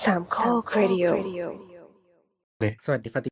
สามข้อครดิโอสวัสดีฟาติ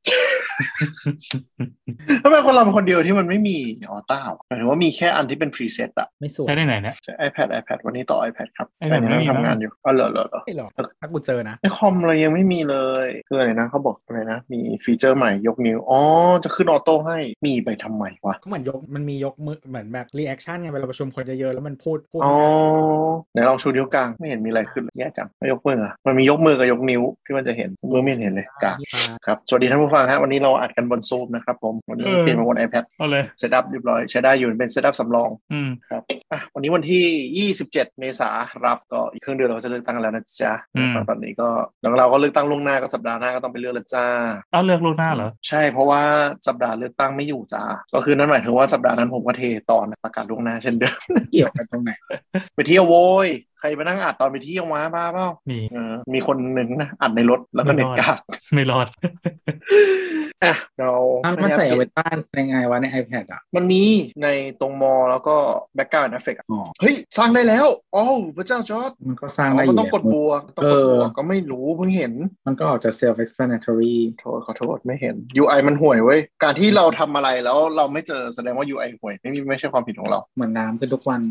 ทำไมคนเราเป็นคนเดียวที่มันไม่มีออต้าหมายถึงว่ามีแค่อันที่เป็นพรีเซตอะไม่สวยใช้ได้ไหนเนี่ยใช้ iPad วันนี้ต่อ iPad ครับ iPad มันไม่มีทำงานอยู่เหรอไม่หรอกถ้ากูเจอนะในคอมเรายังไม่มีเลยคืออะไรนะเขาบอกอะไรนะมีฟีเจอร์ใหม่ยกนิ้วจะขึ้นออโต้ให้มีไปทำไมวะก็เหมือนมันมียกมือเหมือนแบบรีแอคชั่นไงเวลาประชุมคนเยอะๆแล้วมันพูดไหนลองชูนิ้วกลางไม่เห็นมีอะไรขึ้นแย่จังไม่ยกมืออะมันมียกมือกับยกนิ้วที่มันจะเห็นมือไม่เห็นเลยกลางครับสวัสดีท่านผู้ฟังฮะวันนี้เราอัดกันบน Zoom นะครับผมวันนี้เปลี่ยนมาบน iPad เอาเลยเซตอัพเรียบร้อยใช้ได้อยู่เป็นเซตอัพสำรองครับวันนี้วันที่27เมษายนรับก็อีกครึ่งเดือนเราก็จะเลือกตั้งแล้วนะจ๊ะตอนนี้ก็เราก็เลือกตั้งล่วงหน้าก็สัปดาห์หน้าก็ต้องไปเลือกแล้วจ้าเลือกล่วงหน้าเหรอใช่เพราะว่าสัปดาห์เลือกตั้งไม่อยู่จ้าก็คือนั่นหมายถึงว่าสัปดาห์นั้นผมก็เทตอนประกาศล่วงหน้าเช่นเดิมเกี่ยวกันตรงไหนไปเที่ยวโว้ยใครไปนั่งอัดตอนไปเที่ยวมาบ้าเปล่ามีคนหนึ่งนะอัดในรถแล้วก็เน็ตกากไม่รอดเรามันใส่เอาไว้ต้านยังไงวะใน iPad อ่ะมันมีในตรงมอแล้วก็แบ็คกราวด์เอฟเฟกต์เฮ้ยสร้างได้แล้วพระเจ้าจอร์จมันก็สร้างได้มันต้องกดบัวก็ไม่รู้เพิ่งเห็นมันก็ออกจาก self explanatory ขอโทษไม่เห็น UI มันห่วยเว้ยการที่เราทำอะไรแล้วเราไม่เจอแสดงว่า UI ห่วยไม่ใช่ความผิดของเราเหมือนน้ำขึ้นทุกวัน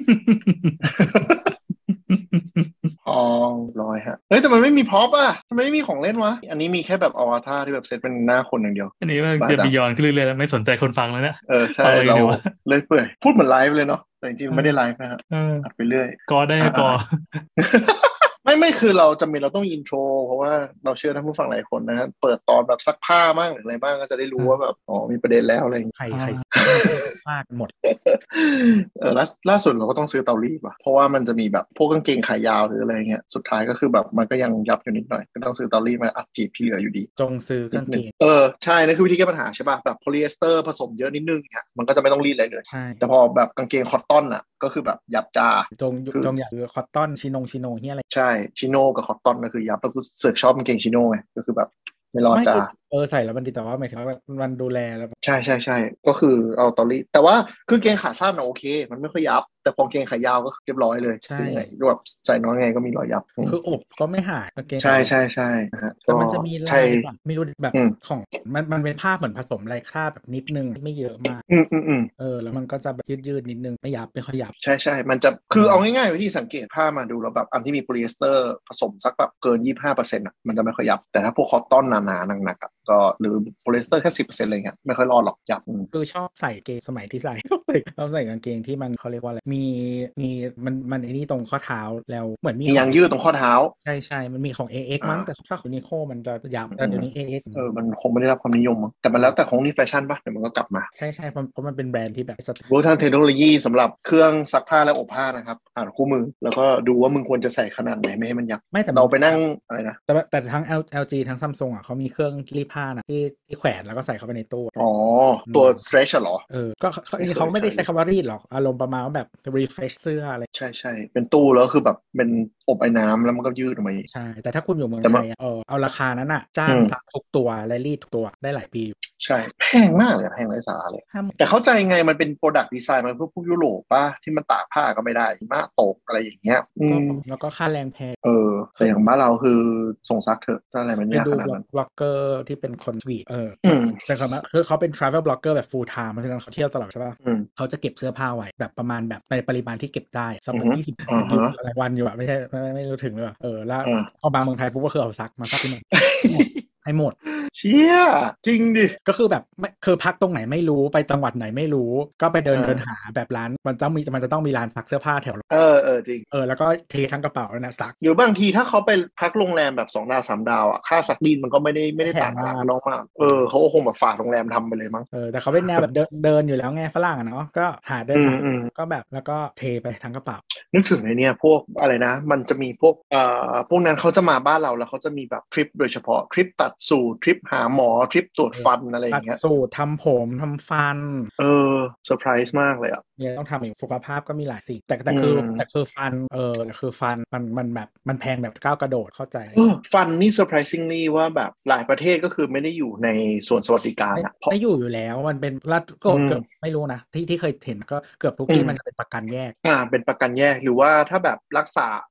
ร้อยฮะเฮ้ยแต่มันไม่มีพร็อพอ่ะทำไมไม่มีของเล่นวะอันนี้มีแค่แบบอวตารที่แบบเซตเป็นหน้าคนอย่างเดียวอันนี้มันจะบียอนขึ้นเรื่อยๆแล้วไม่สนใจคนฟังแล้วเนี่ยใช่เราเลยเปื่อยพูดเหมือนไลฟ์เลยเนาะแต่จริงๆไม่ได้ไลฟ์นะฮะอัดไปเรื่อยก็ได้ก็ไม่คือเราจำเป็นเราต้องอินโทรเพราะว่าเราเชื่อท่านผู้ฟังหลายคนนะครับเปิดตอนแบบซักผ้าบ้างหรืออะไรบ้างก็จะได้รู้ว่าแบบมีประเด็นแล้วอะไรอย่างเงี้ยใครมากหมดล่าสุดเราก็ต้องซื้อเตารีดว่ะเพราะว่ามันจะมีแบบพวกกางเกงขายาวหรืออะไรเงี้ยสุดท้ายก็คือแบบมันก็ยังยับอยู่นิดหน่อยก็ต้องซื้อเตารีดมาอัดจีบที่เหลืออยู่ดีจงซื้อกางเกงใช่นั่นคือวิธีแก้ปัญหาใช่ป่ะแบบโพลีเอสเตอร์ผสมเยอะนิดนึงเนี่ยมันก็จะไม่ต้องรีดอะไรเลยแต่พอแบบกางเกงคอตตอนอ่ะก็คือแบบยับจ้าจงอยากซื้อคอตตอนชิโนเฮียอะไรใช่ชิโน่กับคอตตอนก็คือยับแล้วกูเสือกชอบกางเกงชิโน่ไงก็คือแบบไม่รอดจ้าใส่แล้วมันดีแต่ว่าหมายถึงว่ามันดูแลแล้วใช่ก็คือเอาตอรี่แต่ว่าคือเกงขาสั้นโอเคมันไม่ค่อยยับแต่พอเกงขายาวก็เรียบร้อยเลยใช่แบบใส่น้อยไงก็มีรอยยับคืออบก็ไม่หายเกงใช่แต่มันจะมีลายไม่รู้แบบของมันเป็นผ้าเหมือนผสมลายคราบแบบนิดนึงไม่เยอะมากแล้วมันก็จะแบบยืดนิดนึงไม่ยับไม่ค่อยยับใช่มันจะคือเอาง่ายๆวิธีสังเกตผ้ามาดูแล้วแบบอันที่มีโพลีเอสเตอร์ผสมสักแบบเกิน 25% อ่ะมันจะไม่ค่อยยับแต่ถ้าพวกคอตตอนหนาๆหนักๆก็หรือโพลีเอสเตอร์แค่ 10% อะไรเงี้ยไม่ค่อยรอดหรอกยับคือชอบใส่เกงสมัยที่ใส่ชอบใส่กางเกงที่มันเขาเรียกว่าอะไรมีมันไอ้นี่ตรงข้อเท้าแล้วเหมือนมียางยืดตรงข้อเท้าใช่มันมีของ AX มั้งแต่ถ้าของนิโคมันจะยับแต่เดี๋ยวนี้ AX มันคงไม่ได้รับความนิยมมั้งแต่มันแล้วแต่ของนี่แฟชั่นป่ะเดี๋ยวมันก็กลับมาใช่เพราะมันเป็นแบรนด์ที่แบบรู้ทางเทคโนโลยีสำหรับเครื่องซักผ้าและอบผ้านะครับอ่านคู่มือแล้วก็ดูว่ามึงควรจะใส่ขนาดไหนไม่ให้มันยับไม่แต่เราไปนั่งอะไรนะแต่ทั้ง LG ทั้ง Samsung อ่ะเขามีเครื่องรีดผ้านะที่แขวนแล้วก็ใส่เข้าไปในตู้ตัว stretch เหรอก็เขาไม่ได้ใช้คำว่ารีดหรอกอารมณ์ประมาณว่าแบบ refresh เสื้ออะไรใช่เป็นตู้แล้วคือแบบเป็นอบไอ้น้ำแล้วมันก็ยืดออกมาใช่แต่ถ้าคุณอยู่เมืองไทยเอาราคานั้นอ่ะจ้างซักทุกตัวและรีดทุกตัวได้หลายปีใช่แพงมากเลยแพงไร้สาระเลยแต่เข้าใจไงมันเป็น product design มันเพื่อพวกยุโรปป่ะที่มันตากผ้าก็ไม่ได้มาตกอะไรอย่างเงี้ยแล้วก็ค่าแรงแพงแต่อย่างบ้านเราคือส่งซักเถอะถ้าอะไรมันยากขนาดนั้นบล็อกเกอร์ที่เป็นคนสวีทแต่เขาเป็น travel blogger แบบ full time เพราะฉะนั้นเขาเที่ยวตลอดใช่ป่ะเขาจะเก็บเสื้อผ้าไว้แบบประมาณแบบในปริมาณที่เก็บได้สัก20อะไรวันอยู่อะไม่รู้ถึงเลยแล้วพอบางเมืองไทยปุ๊บก็คือเอาซักมาซักที่มันให้หมดเชี่ยจริงดิก็คือแบบคือพักตรงไหนไม่รู้ไปจังหวัดไหนไม่รู้ก็ไปเดินหาแบบร้านมันจะต้องมีร้านซักเสื้อผ้าแถวจริงแล้วก็เททั้งกระเป๋าแล้วนะซักหรือบางทีถ้าเขาไปพักโรงแรมแบบ2 ดาว 3 ดาวอ่ะค่าซักดินมันก็ไม่ได้ต่างกันน้องมากเขาคงแบบฝากโรงแรมทำไปเลยมั้งแต่เขาเป็นแนวแบบเดินอยู่แล้วไงฝรั่งอ่ะเนาะก็หาเดินหาก็แบบแล้วก็เทไปทั้งกระเป๋านึกถึงไอ้เนี่ยพวกอะไรนะมันจะมีพวกนั้นเขาจะมาบ้านเราแล้วเขาจะมีแบบทริปโดยเฉพาะทริปตัดสูตรทริปหาหมอทริปตรวจฟันอะไรอย่างเงี้ยตัดสูตรทำผมทำฟันเซอร์ไพรส์มากเลยอ่ะเนี่ยต้องทำอีกสุขภาพก็มีหลายสิ่งแต่คือฟันแต่คือฟันมันแบบมันแพงแบบก้าวกระโดดเข้าใจฟันนี่ surprisingly ว่าแบบหลายประเทศก็คือไม่ได้อยู่ในส่วนสวัสดิการอ่ะไม่อยู่แล้วมันเป็นรัฐก็เกือบไม่รู้นะที่เคยเห็นก็เกือบทุกที่มันจะเป็นประกันแยกเป็นประกันแยกหรือว่าถ้าแบบรักษา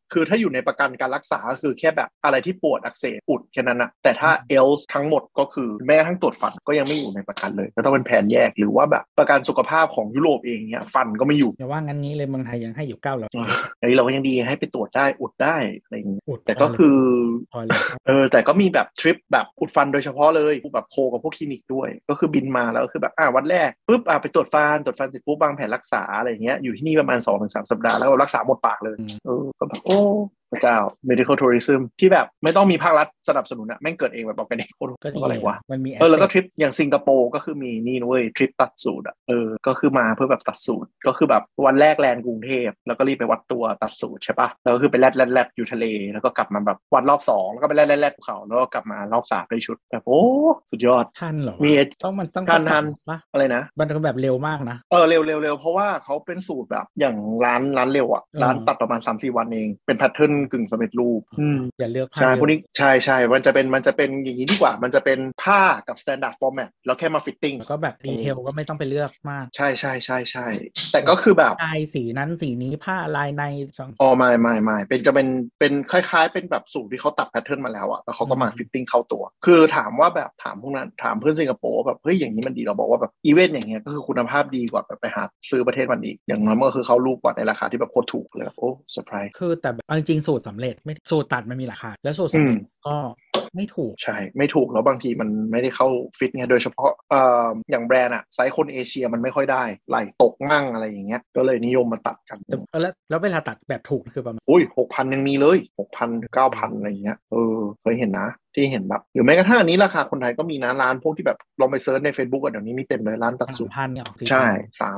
คือถ้าอยู่ในประกันการรักษาก็คือแค่แบบอะไรที่ปวดอักเสบอุดแค่นั้นนะแต่ถ้า else ทั้งหมดก็คือแม้กระทั่งตรวจฟันก็ยังไม่อยู่ในประกันเลยก็ต้องเป็นแผนแยกหรือว่าแบบประกันสุขภาพของยุโรปเองเนี่ยฟันก็ไม่อยู่อย่าว่างั้นนี้เลยเมืองไทยยังให้อยู่900 อันนี้เราก็ยังดีให้ไปตรวจได้อุดได้อะไรอย่างเงี้ยแต่ก็คือ แต่ก็มีแบบทริปแบบอุดฟันโดยเฉพาะเลยแบบโคกับพวกคลินิกด้วยก็คือบินมาแล้วก็คือแบบวันแรกปุ๊บไปตรวจฟันเสร็จปุ๊บวางแผนรักษาอะไรอย่างเงี้ยอยู่ที่นี่ประมาณ 2-3 สัปดาห์แล้วรักษาหมดปากเลยก็แบบโอ้พระเจ้า medical tourism ที่แบบไม่ต้องมีภาครัฐสนับสนุนแม่งเกิดเองแบบออร์แกนิกก็อะไรวะมันมีแล้วก็ทริปอย่างสิงคโปร์ก็คือมีนี่ด้วยทริปตัดสูตรก็คือมาเพื่อแบบตัดสูตรก็คือแบบวันแรกแลนด์กรุงเทพแล้วก็รีบไปวัดตัวตัดสูตรใช่ปะแล้วก็คือไปแลดอยู่ทะเลแล้วก็กลับมาแบบวันรอบ2แล้วก็ไปแลดภูเขาแล้วก็กลับมารอบ3ได้ชุดแบบโอ้สุดยอดทันเหรอมีมันต้องทันปะอะไรนะมันก็แบบเร็วมากนะเร็วเพราะว่าเขาเป็นสูตรแบบอย่างร้านเร็วร้านตัดประมาณ 3-4 วันเองเป็นแพทเทิร์นกึ่งสำเร็จรูปอย่าเลือกผ้าใช่พวกนี้ใช่มันจะเป็นอย่างนี้ดีกว่ามันจะเป็นผ้ากับ standard format แล้วแค่มาฟิตติ้งแล้วก็แบบดีเทลก็ไม่ต้องไปเลือกมากใช่แต่ก็คือแบบลายสีนั้นสีนี้ผ้าลายในไม่เป็นคล้ายๆเป็นแบบสูตรที่เขาตัดแพทเทิร์นมาแล้วแล้วเขาก็มาฟิตติ้งเข้าตัวคือถามว่าแบบถามพวกนั้นถามเพื่อนสิงคโปร์แบบเฮ้ยอย่างนี้มันดีเราบอกว่าแบบอีเวนต์อย่างเงี้ยก็คือคุณภาพดีกว่าแบบไปหาซื้อประเทศมันอีกอย่างน้อยก็คือเขาลูกกว่าในราคาที่แบบโคตรถูกเลยโอ้เซอร์ไพรส์คือแต่จริงๆสูตรสำเร็จไม่สูตรตัดมันมีราคาแล้วสูตรสำเร็จก็ไม่ถูกใช่ไม่ถูกแล้วบางทีมันไม่ได้เข้าฟิตไงโดยเฉพาะอย่างแบรนด์ไซส์คนเอเชียมันไม่ค่อยได้ไหลตกมั่งอะไรอย่างเงี้ยก็เลยนิยมมาตัดกันแล้วเวลาตัดแบบถูกคือประมาณ 6,000ยังมีเลย 6,000 9,000อะไรอย่างเงี้ยเคยเห็นนะที่เห็นแบบหรือแม้กระทั่งอันนี้ราคาคนไทยก็มีนะร้านพวกที่แบบลองไปเซิร์ชใน Facebook เดี๋ยวนี้มีเต็มเลยร้านตัดสูตร 3,000เนี่ยใช่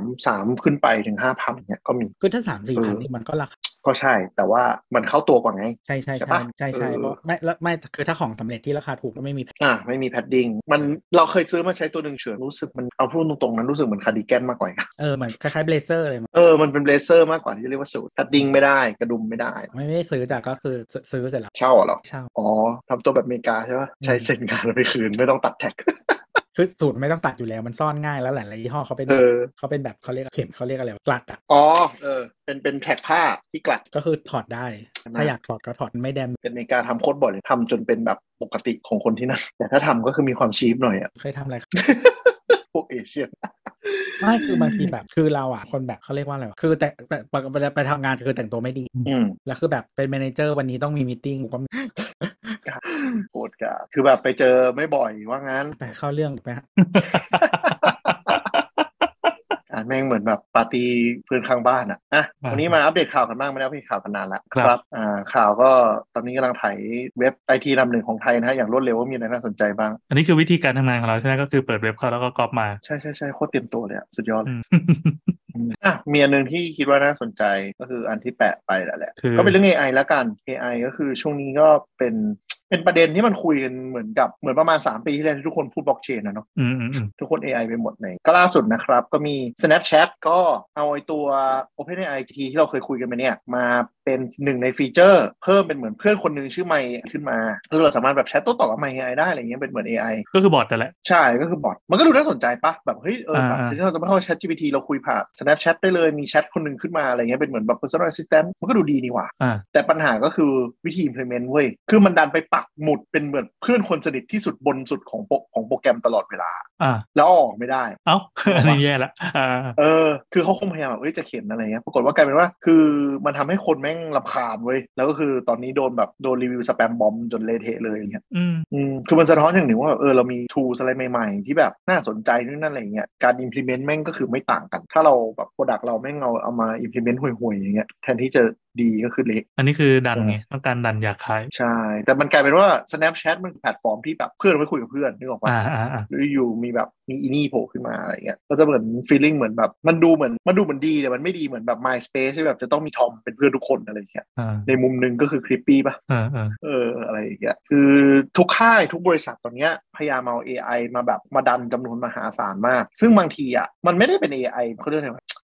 3ขึ้นไปถึง 5,000เนี่ยก็มีคือถ้า 3-4,000นี่มันก็ราคาก็ใช่แต่ว่ามันเข้าตัวกว่าไงใช่เพราะไม่คือถ้าของสำเร็จที่ราคาถูกก็ไม่มีไม่มีแพดดิ้งมันเราเคยซื้อมาใช้ตัวหนึ่งเฉยรู้สึกมันเอาพูดตรงๆนั้นรู้สึกเหมือนคาร์ดิแกนมากกว่าเหมือนคล้ายๆเบลเซอร์เลยมันเป็นเบลเซอร์มากกว่าที่จะเรียกว่าสูทแพดดิ้งไม่ได้กระดุมไม่ได้ไม่ซื้อจากก็คือซื้อเสร็จแล้วเช่าเหรอทำตัวแบบอเมริกาใช่ไหมใช้เซ็นการไปคืนไม่ต้องตัดแท็กคือสูตรไม่ต้องตัดอยู่แล้วมันซ่อนง่ายแล้วหลายๆยี่ห้อเขาเป็นแบบเขาเรียกเข็มเขาเรียกอะไรกลัดเป็นแท็กผ้าที่กลัดก็คือถอดได้ถ้าอยากถอดก็ถอดไม่แดมเป็นในการทำโคตรบ่อยเลยทำจนเป็นแบบปกติของคนที่นั่นแต่ถ้าทำก็คือมีความชีพหน่อยเคยทำอะไรพวกเอเชียไม่คือบางทีแบบคือเราคนแบบเขาเรียกว่าอะไรวะคือแต่ไปทำงานคือแต่งตัวไม่ดีแล้วคือแบบเป็นแมเนเจอร์วันนี้ต้องมีมีตติ้งก็โคตรกะคือแบบไปเจอไม่บ่อยว่างั้นไปเข้าเรื่องไปแม่งเหมือนแบบปาร์ตี้เพื่อนข้างบ้านวันนี้มาอัปเดตข่าวกันบ้างไม่ได้อัปเดตข่าวกันนานแล้วครับข่าวก็ตอนนี้กำลังถ่ายเว็บไอทีนำหนึ่งของไทยนะอย่างรวดเร็วว่ามีอะไรน่าสนใจบ้างอันนี้คือวิธีการทำงานของเราใช่ไหมก็คือเปิดเว็บเข้าแล้วก็ก๊อปมาใช่โคตรเต็มตัวเลยสุดยอดเลยมีอันนึงที่คิดว่าน่าสนใจก็คืออันที่แปะไปแหละก็เป็นเรื่อง AI แล้วกัน AI ก็คือช่วงนี้ก็เป็นประเด็นที่มันคุยกันเหมือนประมาณ3 ปีที่แล้วที่ทุกคนพูดบล็อกเชนนะเนาะทุกคน AI ไปหมดเลยก็ล่าสุดนะครับก็มี Snapchat ก็เอาไอ้ตัว OpenAI ที่เราเคยคุยกันไปเนี่ยมาเป็นหนึ่งในฟีเจอร์เพิ่มเป็นเหมือนเพื่อนคนนึงชื่อไมค์ขึ้นมาคือเราสามารถแบบแชทโต้ตอบกับไมค์ AI ได้อะไรเงี้ยเป็นเหมือน AI ก็คือบอทนั่นแหละใช่ก็คือบอทมันก็ดูน่าสนใจปะแบบเฮ้ยแบบที่เราจะไม่เข้า ChatGPT เราคุยผ่าน Snapchat ได้เลยมีแชทคนนึงขึ้นมาอะไรเงี้ยเป็นเหมือนแบบ personal assistant มันก็ดูดีนี่หว่าแต่ปัญหาก็คือวิธี implement เว้ยคือมันดันไปปักหมุดเป็นเหมือนเพื่อนคนสนิทที่สุดบนสุดของโปรแกรมตลอดเวลาแล้วออกไม่ได้อันนี้แย่ละคือเขาคงพยายามแบบจะเขียนอะไรเงี้ยปรากฏว่ากลายเป็นว่าคือมันทำให้คนแม่งรำคาญเว้ยแล้วก็คือตอนนี้โดนรีวิวสแปมบอมจนเละเทะเลยอย่างเงี้ยคือมันสะท้อนอย่างหนึ่งว่าเรามี tools อะไรใหม่ๆที่แบบน่าสนใจนู่นนั่นอะไรเงี้ยการ implement แม่งก็คือไม่ต่างกันถ้าเราแบบ product เราแม่งเอามา implement ห่วยๆอย่างเงี้ยแทนที่จะดีก็คือเละอันนี้คือดันไงต้องการดันอยากขายใช่แต่มันกลายเป็นว่า Snapchat มันแพลตฟอร์มที่แบบเพื่อนไม่คุยกับเพื่อนนึกออกป่ะหรืออยู่มีแบบมีอีนี่โผล่ขึ้นมาอะไรเงี้ยก็จะเหมือน feeling เหมือนแบบมันดูเหมือนดีแต่มันไม่ดีเหมือนแบบ MySpace ที่แบบจะต้องมีทอมเป็นเพื่อนทุกคนอะไรเงี้ยในมุมนึงก็คือ creepy ป่ะอะไรอย่างเงี้ยคือทุกค่ายทุกบริษัทตอนเนี้ยพยายามเอา AI มาแบบมาดันจำนวนมหาศาลมากซึ่งบางทีมันไม่ได้เป็น AI เขาเรียกอะไร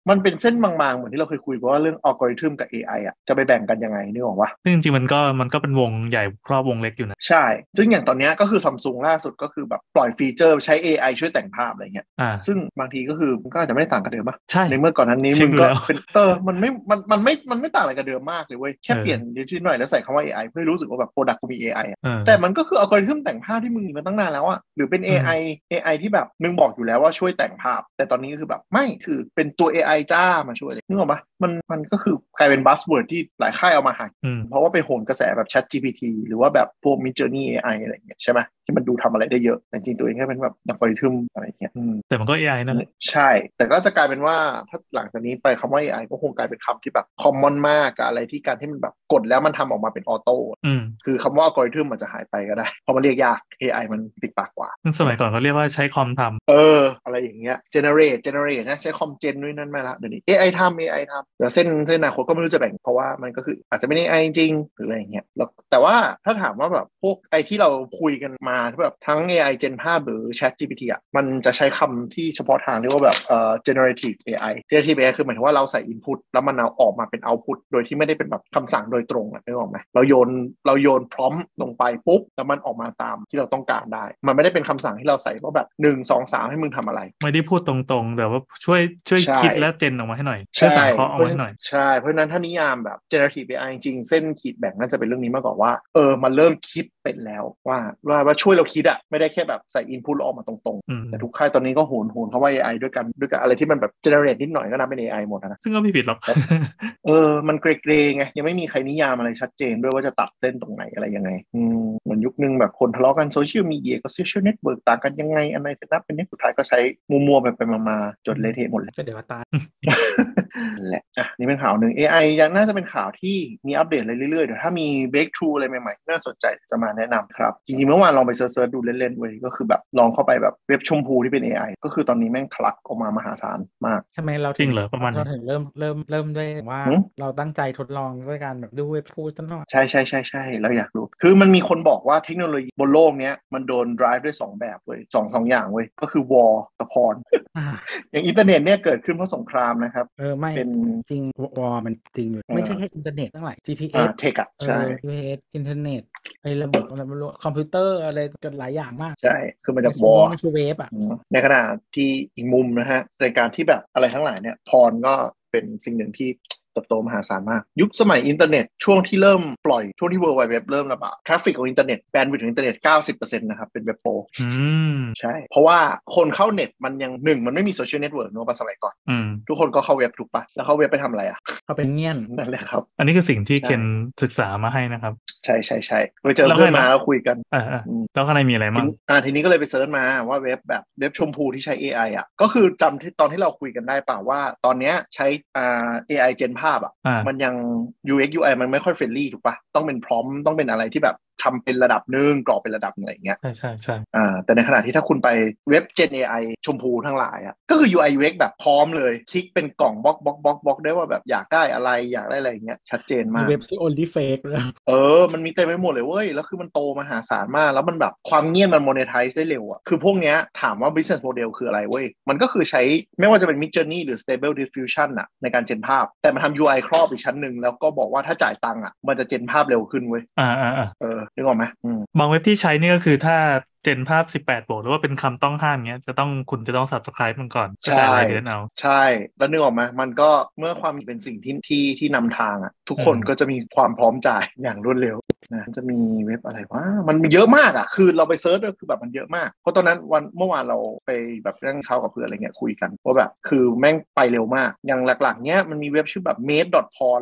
มันเป็นเส้นบางๆเหมือนที่เราเคยคุยว่าเรื่องอัลกอริทึมกับ AI อ่ะจะไปแบ่งกันยังไงนึกออกปะซึ่งจริงๆมันก็เป็นวงใหญ่ครอบวงเล็กอยู่นะใช่ซึ่งอย่างตอนนี้ก็คือ Samsung ล่าสุดก็คือแบบปล่อยฟีเจอร์ใช้ AI ช่วยแต่งภาพอะไรเงี้ยซึ่งบางทีก็คือมันก็อาจจะไม่ได้ต่างกับเดิมปะใช่ในเมื่อก่อนนั้นนี้มึงก็เป็นมันไม่ต่างอะไรกับเดิมมากเลยเว้ยแค่เปลี่ยนนิดหน่อยแล้วใส่คำว่า AI เพื่อรู้สึกว่าแบบโปรดักต์กูมี AI แต่มันก็คืออัลกอริทึมแต่งภาพที่มึงมีมาตั้งนานแล้วอะหรือเป็น AI ที่แบบมึงบอกอยู่แล้วว่าช่วยแต่งภาพแต่ตอนนี้ก็คือแบบไม่คือเป็นตัว AI จ้ามาช่วยเลยนึกออกปะมันก็คือกลายเป็นบัสเวิร์ดที่หลายค่ายเอามาหาเพราะว่าไปโหนกระแสแบบ ChatGPT หรือว่าแบบพวก Midjourney AI อะไรอย่างเงี้ยใช่ไหมที่มันดูทำอะไรได้เยอะแต่จริงตัวเองแค่เป็นแบบอัลกอริทึมอะไรอย่างเงี้ยแต่มันก็ AI นั่นแหละใช่แต่ก็จะกลายเป็นว่าถ้าหลังจากนี้ไปคำว่า AI ก็คงกลายเป็นคำที่แบบคอมมอนมากกับอะไรที่การที่มันแบบกดแล้วมันทำออกมาเป็นออโต้คือคำว่าอัลกอริทึมมันจะหายไปก็ได้เพราะมันเรียกยาก AI มันติดปากกว่าซึ่งสมัยก่อนก็เรียกว่าใช้คอมทำอะไรอย่างเงี้ย generate นะใช้คอมเจนด้วยนั่นมาละเดี๋ยวนี้ AI ทำเดี๋ยวเส้นอนาคตก็ไม่รู้จะแบ่งเพราะว่ามันก็คืออาจจะไม่ได้ AI จริงหรืออะไรอย่างเงี้ยแล้วแต่ว่าถ้าถามว่าแบบพวกไอที่เราคุยกันมาแบบทั้ง AI Gen 5หรือ ChatGPT อ่ะมันจะใช้คำที่เฉพาะทางเรียกว่าแบบgenerative AI คือหมายถึงว่าเราใส่ input แล้วมันเอาออกมาเป็น output โดยที่ไม่ได้เป็นแบบคำสั่งโดยตรงนึกออกไหมเราโยน prompt ลงไปปุ๊บแล้วมันออกมาตามที่เราต้องการได้มันไม่ได้เป็นคำสั่งที่เราใส่ว่าแบบ1 2 3ให้มึงทำอะไรไม่ได้พูดตรงๆแต่ว่าช่วยคิดและเจนออกมาให้หน่อยช่วยสังเคราะห์ออกมาให้หน่อยใช่เพราะนั้นถ้านิยามแบบ generative AI จริงๆเส้นขีดแบ่งน่าจะเป็นเรื่องนี้มากกว่าว่ามันเริ่มคิดเป็นแล้วว่าช่วยเราคิดอะไม่ได้แค่แบบใส่ input ออกมาตรงๆแต่ทุกค่ายตอนนี้ก็โหนคำว่า AI ด้วยกันอะไรที่มันแบบ generate นิดหน่อยก็นับเป็น AI หมดนะซึ่งก็ไม่ผิดหรอกมันเกรไงยังไม่มีใครนิยามอะไรชัดเจนด้วยว่าจะตัดเส้นตรงไหนอะไรยังไงเหมือนยุคนึงแบบคนทะเลาะกันโซเชียลมีเดียกับโซเชียลเน็ตเวิร์กต่างกันยังไงอันไหนจะนับเป็นเน็ตสุดท้ายก็ใช้มัวๆไปมาจนเละเทะหมดเลยก็เดี๋ยวตายแหละนี่เป็นข่าวหนึ่ง AI ยังน่าจะเป็นข่าวที่มีอัปเดตเรื่อยๆเดี๋ยวถ้ามี breakthrough อะไรใหม่ๆน่าสนใจจะมาแนะนำครับจริงๆเมื่อวานลองไปเซิร์ชดูเล่นๆเว้ยก็คือแบบลองเข้าไปแบบเว็บชมพูที่เป็น AI ก็คือตอนนี้แม่งทะลักออกมามหาศาลมากทำไมเราจริงเหรอประมาณเราถึงเริ่มด้วยว่าเราตั้งใจทดลองด้วยการแบบดูเว็บพูดซะหน่อยใช่เราอยากรู้คือมันมีคนบอกว่าเทคโนโลยีบนโลกนี้มันโดน drive ด้วย2แบบเว้ยสองอย่างเว้ยก็คือ war กับ porn อย่างอินเทอร์เน็ตเนี่ยเกิดขึ้นเพราะสงครามนะครับไม่เป็นจริงวอมันจริงอยู่ไม่ใช่แค่อินเทอร์เน็ตทั้งหลาย GPS เทคอะใช่ GPS อินเทอร์เน็ตไอ้ระบบอะไรไม่รู้คอมพิวเตอร์อะไรกันหลายอย่างมากใช่คือมันจะวอร์มันคือเวฟในขณะที่อีกมุมนะฮะในการที่แบบอะไรทั้งหลายเนี่ยพรก็เป็นสิ่งหนึ่งที่เติบโตมหาศาลมากยุคสมัยอินเทอร์เน็ตช่วงที่เริ่มปล่อยช่วงที่ World Wide Web เริ่มระบาดทราฟฟิกของอินเทอร์เน็ตแบนด์วิดต์ของอินเทอร์เน็ต 90% นะครับเป็นเว็บโปรใช่เพราะว่าคนเข้าเน็ตมันยังมันไม่มีโซเชียลเน็ตเวิร์กเนอะสมัยก่อนทุกคนก็เข้าเว็บถูกปะแล้วเข้าเว็บไปทำอะไรอ่ะเขาเป็นเงี้ยนนั่นแหละครับอันนี้คือสิ่งที่เคนศึกษามาให้นะครับใช่ไปเจอเพื่อนมาแล้วคุยกันแล้วข้างในมีอะไรบ้างทีนี้ก็เลยไปเซิร์ชมาว่าเว็บชมพูที่ใช้ AI อ่ะก็คือจำที่ตอนที่เราคุยกันได้เปล่าว่าตอนนี้ใช้AI เจนภาพอ่ะมันยัง UX UI มันไม่ค่อยเฟรนลี่ถูกปะต้องเป็นพร้อมต้องเป็นอะไรที่แบบทำเป็นระดับนึงกรอบเป็นระดับอะไรอย่างเงี้ยใช่แต่ในขณะที่ถ้าคุณไปเว็บ Gen AI ชมพูทั้งหลายอ่ะก็คือ UI UX แบบพร้อมเลยคลิกเป็นกล่องบล็อกได้ว่าแบบอยากได้อะไรอย่างเงี้ยชัดเจนมากเว็บที่ only fake เลยมันมีเต็มไปหมดเลยเว้ยแล้วคือมันโตมหาศาลมากแล้วมันแบบความเงียบมัน monetize ได้เร็วอ่ะคือพวกเนี้ยถามว่า business model คืออะไรเว้ยมันก็คือใช้ไม่ว่าจะเป็น Midjourney หรือ Stable Diffusion อ่ะในการเจนภาพแต่มันทำ UI ครอบอีกชั้นนึงแล้วก็บอกว่าถ้าจ่ายตังค์อ่ะมันจะเจนภาพเร็วขึ้นเว้ยนึกออกไหมบางเว็บที่ใช้นี่ก็คือถ้าเจนภาพ18บวกหรือว่าเป็นคำต้องห้ามเงี้ยคุณจะต้อง subscribe มันก่อนก็จ่ายรายเดือนเอาใช่แล้วนึกออกไหมมันก็เมื่อความเป็นสิ่งที่นำทางอ่ะทุกคนก็จะมีความพร้อมจ่ายอย่างรวดเร็วนะจะมีเว็บอะไรวะมันมีเยอะมากอ่ะคือเราไปเซิร์ชก็คือแบบมันเยอะมากเพราะตอนนั้นเมื่อวานเราไปแบบนั่งเข้ากับเพื่อนอะไรเงี้ยคุยกันว่าแบบคือแม่งไปเร็วมากอย่างหลักๆเนี้ยมันมีเว็บชื่อแบบ made.porn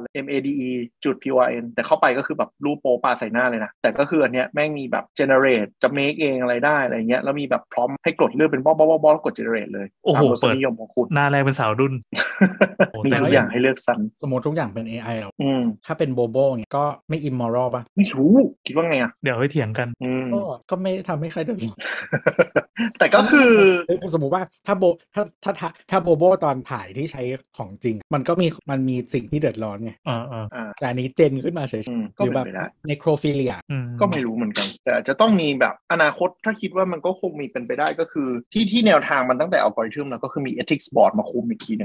made.porn แต่เข้าไปก็คือแบบรูปโป๊ปาใส่หน้าเลยนะแต่ก็คืออันเนี้ยแม่งมีแบบ generate จะ make เองอะไรได้อะไรเงี้ยแล้วมีแบบพร้อมให้กดเลือกเป็นบล็อกกด generate เลยโอ้โหเปิดนิยมของคุณหน้าแรกเป็นสาวดุนมีทุกอย่างให้เลือกสรรสมมติทุกอย่างเป็น AI แล้วถ้าเป็นโบโบเนี่ยก็ไม่ immoral ป่ะไม่รู้คิดว่าไงอ่ะเดี๋ยวให้เถียงกันก็ไม่ทำให้ใครเดือดร้อนแต่ก็คือสมมติว่าถ้าโบโบตอนถ่ายที่ใช้ของจริงมันมีสิ่งที่เดือดร้อนไงแต่อันนี้เจนขึ้นมาเฉยๆหรือแบบในโครฟิเลียก็ไม่รู้เหมือนกันแต่จะต้องมีแบบอนาคตถ้าคิดว่ามันก็คงมีเป็นไปได้ก็คือที่แนวทางมันตั้งแต่อัลกอริทึมแล้วก็คือมี ethics board มาคุมอีกทีนึงอ่ะ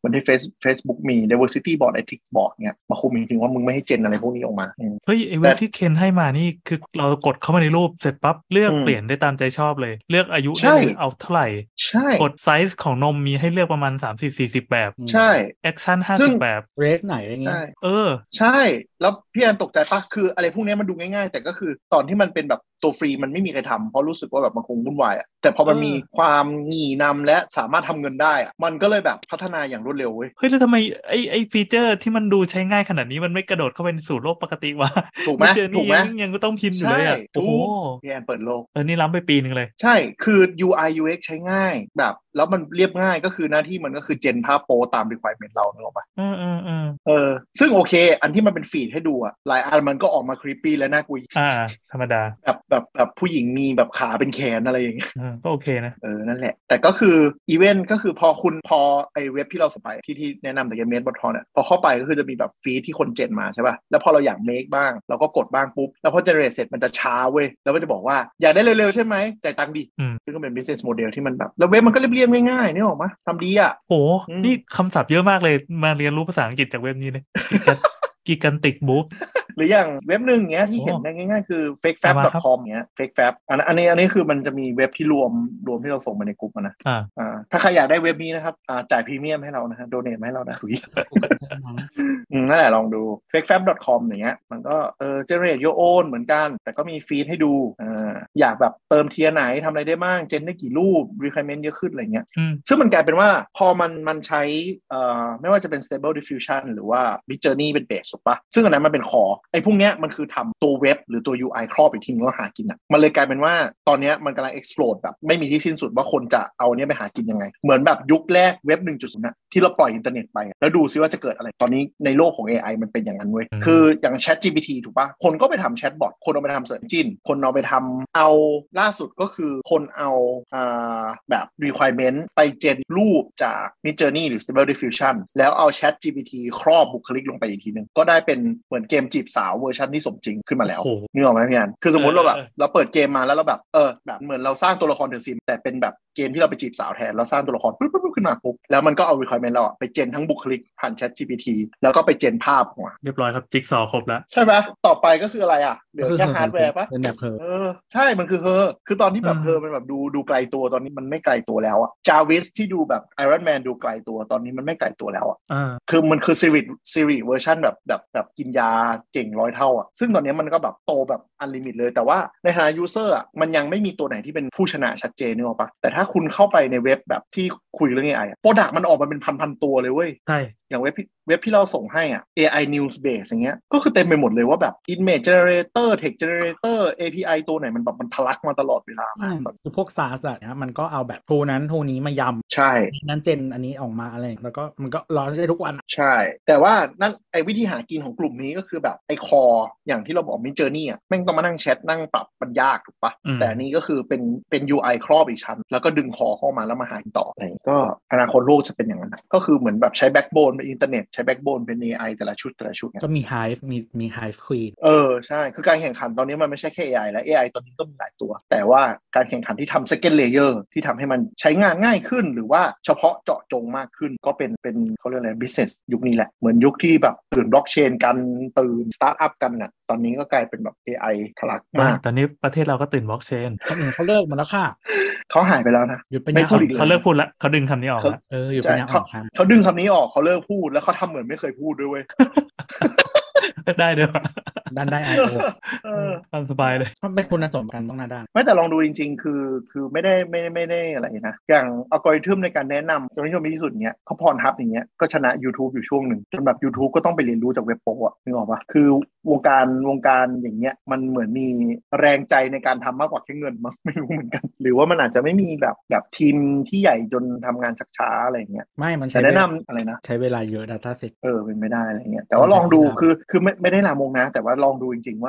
เหมือนที่ Facebook มี diversity board ethics board เนี่ยมาคุมจริงๆว่ามึงไม่ให้เจนอะไรพวกนี้ออกมาเฮ้ยไอเว็บที่เคนให้มานี่คือเรากดเข้ามาในรูปเสร็จปั๊บเลือกเปลี่ยนได้ตามใจชอบเลยเลือกอายุได้เลยเอาเท่าไหร่ใช่กดไซส์ของนมมีให้เลือกประมาณ30-40แบบใช่แอคชั่น50แบบเรสไหนอะไรเงี้ยใช่แล้วพี่แอนตกใจปะคืออะไรพวกนี้มันดูง่ายๆแต่ก็คือตอนที่มันเป็นแบบตัวฟรีมันไม่มีใครทำเพราะรู้สึกว่าแบบมันคงวุ่นวายอ่ะแต่พอมันมีความงี่นำและสามารถทำเงินได้อ่ะมันก็เลยแบบพัฒนาอย่างรวดเร็วเว้ยเฮ้ยแล้วทำไมไอฟีเจอร์ที่มันดูใช้ง่ายขนาดนี้มันไม่กระโดดเข้าไปสู่โลกปกติวะถูกไหมถูกไหมยังก็ต้องพิมพ์อยู่เลยอ่ะโอ้โหพี่แอนเปิดโลกนี่ล้ำไปปีนึงเลยใช่คือ UI UX ใช้ง่ายแบบแล้วมันเรียบง่ายก็คือหน้าที่มันก็คือเจนภาพโปตาม requirement เราเนี่ยหรอปะซึ่งโอเคอันที่มันเป็นฟีดให้ดูอะหลายอันมันก็ออกมาครีปปี้และน่ากลัวธรรมดาแบบผู้หญิงมีแบบขาเป็นแขนอะไรอย่างเงี้ยก็โอเคนะนั่นแหละแต่ก็คืออีเวนต์ก็คือพอไอเว็บที่เราสไปที่แนะนำแต่เมดบอททอนเนี่ยพอเข้าไปก็คือจะมีแบบฟีดที่คนเจนมาใช่ป่ะแล้วพอเราอยากเมคบ้างเราก็กดบ้างปุ๊บแล้วพอเจเนเรตเสร็จมันจะช้าเว้ยแล้วมันจะบอกว่าอยากได้เร็วๆใช่ไหมจ่ายตังค์ดิซึ่งก็เป็น business model ที่มันแบบแล้วเว็บมันก็เรียบๆง่ายๆนี่ออกมาทำดีอ่ะโอ้นี่คำศัพท์เยอะมากเลยมาเรียนรู้ภาษาอังกฤษจากเว็บนี้เลยgigantic book หรืออย่างเว็บหนึ่งเงี้ยที่เห็นได้ง่ายๆคือ fakefab.com เงี้ย fakefab อันนี้คือมันจะมีเว็บที่รวมที่เราส่งมาในกลุ่มนะถ้าใครอยากได้เว็บนี้นะครับจ่ายพรีเมียมให้เรานะฮะโดเนทให้เราได้นั่นแหละลองดู fakefab.com อย่างเงี้ยมันก็generate your own เหมือนกันแต่ก็มีฟีดให้ดูอยากแบบเติมเทียร์ไหนทำอะไรได้บ้างเจนได้กี่รูป requirement เยอะขึ้นอะไรเงี้ยซึ่งมันกลายเป็นว่าพอมันใช้ไม่ว่าจะเป็น stable diffusion หรือว่า midjourney เป็นเบสถูกปะซึ่งอันนั้นมันเป็นคอไอ้พวกเนี้ยมันคือทำตัวเว็บหรือตัว UI ครอบอีกทีนึงก็หากินอ่ะมันเลยกลายเป็นว่าตอนนี้มันกำลัง explode แบบไม่มีที่สิ้นสุดว่าคนจะเอาเนี้ยไปหากินยังไงเหมือนแบบยุคแรกเว็บ 1.0 นะที่เราปล่อยอินเทอร์เน็ตไปแล้วดูซิว่าจะเกิดอะไรตอนนี้ในโลกของ AI มันเป็นอย่างนั้นเว้ยคืออย่าง ChatGPT ถูกปะคนก็ไปทำแชทบอทคนเอาไปทำ Search Engine คนเอาไปทำเอาล่าสุดก็คือคนเอาแบบ requirement ไปเจนรูปจาก Midjourney หรือ Stable Diffusion แล้วเอา ChatGPT ครอบบุคลิกลงไปอีกทีนึงก็ได้เป็นเหมือนเกมจีบสาวเวอร์ชันที่สมจริงขึ้นมาแล้วนึกออกไหมพี่อันคือสมมติเราแบบเราเปิดเกมมาแล้วเราแบบแบบเหมือนเราสร้างตัวละครเดอะซิมแต่เป็นแบบเกมที่เราไปจีบสาวแทนเราสร้างตัวละครปุ๊บขึ้นมาปุ๊บแล้วมันก็เอา requirement เราไปเจนทั้งบุคลิกผ่าน ChatGPT แล้วก็ไปเจนภาพออกมาเรียบร้อยครับจิ๊กซอว์ครบแล้วใช่ไหมต่อไปก็คืออะไรอ่ะเหลือแค่ฮาร์ดแวร์ปะเป็นแบบใช่มันคือคือตอนที่แบบมันแบบดูไกลตัวตอนนี้มันไม่ไกลตัวแล้วอ่ะจาวิสที่ดูแบบไอรอนแมนดูไกลตัวตอนนี้มันไม่ไกลตัวแล้วอ่ะคือมันคือซีรีเวอร์ชันแบบกินยาเก่ง100 เท่าอ่ะซึ่งตอนนี้มันก็แบบโตแบบอันลิมิตเลยแต่ว่าในฐานะยูเซอร์อ่ะมันยังไม่มีตัวไหนที่เป็นผู้ชนะชัดเจนนึกออกปะแต่ถ้าคุณเข้าไปในเว็บแบบที่คุยเรื่อง AI โปรดักต์มันออกมาเป็นพันตัวเลยเว้ยใช่อย่างเว็บที่เราส่งให้อ่ะ AI News Base อย่างเงี้ยก็คือเต็มไปหมดเลยว่าแบบ Image Generator Text Generator API ตัวไหนมันแบบมันทะลักมาตลอดเวลาคือพวก SaaS เนี่ยมันก็เอาแบบโทนั้นโทนี้มายำใช่นั้นเจนอันนี้ออกมาอะไรแล้วก็มันก็รอได้ทุกวันใช่แต่ว่านั่นไอ้วิธีหากินของกลุ่มนี้ก็คือแบบไอ้คออย่างที่เราบอก Midjourney อ่ะแม่งต้องมานั่งแชทนั่งปรับมันยากถูกปะแต่อันนี้ก็คือเป็น UI ครอบอีกชั้นแล้วก็ดึงคอเข้ามาแล้วมาหาต่ออะไรก็อนาคตโลกจะเป็นอย่างนั้นก็คือเหมือนแบบใช้แบ็กโบนเป็นอินเทอร์เน็ตใช้แบ็กโบนเป็น AI แต่ละชุดก็มี Hive มี Hive Queen ใช่คือการแข่งขันตอนนี้มันไม่ใช่แค่ AI แล้ว AI ตอนนี้ก็มีหลายตัวแต่ว่าการแข่งขันที่ทำ second layer ที่ทำให้มันใช้งานง่ายขึ้นหรือว่าเฉพาะเจาะจงมากขึ้นก็เป็นเขาเรียกอะไร business ยุคนี้แหละเหมือนยุคที่แบบตื่นบล็อกเชนกันตื่นสตาร์ทอัพกันน่ะตอนนี้ก็กลายเป็นแบบ AI ทะลักมากตอนนี้ประเทศเราก็ตื่นบล็อกเชนเขาเลิกมาแล้วค่ะเขาหายไปแล้วนะหยุดไปไม่พูดอีกเขาเลิกพูดแล้วเขาดึงคำนี้ออกแล้วหยุดไปเนี่ยเขาดึงคำนี้ออกเขาเลิกพูดแล้วเขาทำเหมือนไม่เคยพูดด้วยเว้ยได้เด้อด้านได้ IO ทำสบายเลยมันเป็นคุณสมบัติต้องหน้าด้านไม่แต่ลองดูจริงๆคือไม่ได้อะไรนะอย่างอัลกอริทึมในการแนะนำตัวนี้ที่สุดเนี้ยเขาพรทับอย่างเงี้ยก็ชนะ YouTube อยู่ช่วงหนึ่งจนแบบ YouTube ก็ต้องไปเรียนรู้จากเว็บโปอ่ะนึกออกปะคือวงการอย่างเงี้ยมันเหมือนมีแรงใจในการทำมากกว่าแค่เงินมั้งไม่รู้เหมือนกันหรือว่ามันอาจจะไม่มีแบบทีมที่ใหญ่จนทำงานชักช้าอะไรเงี้ยไม่มันใช้แนะนำอะไรนะใช้เวลาเยอะ Data Set เป็นไม่ได้อะไรเงี้ยแต่ว่าลองดูคือไม่ได้ลามกนะแต่ว่าลองดูจริงๆว่า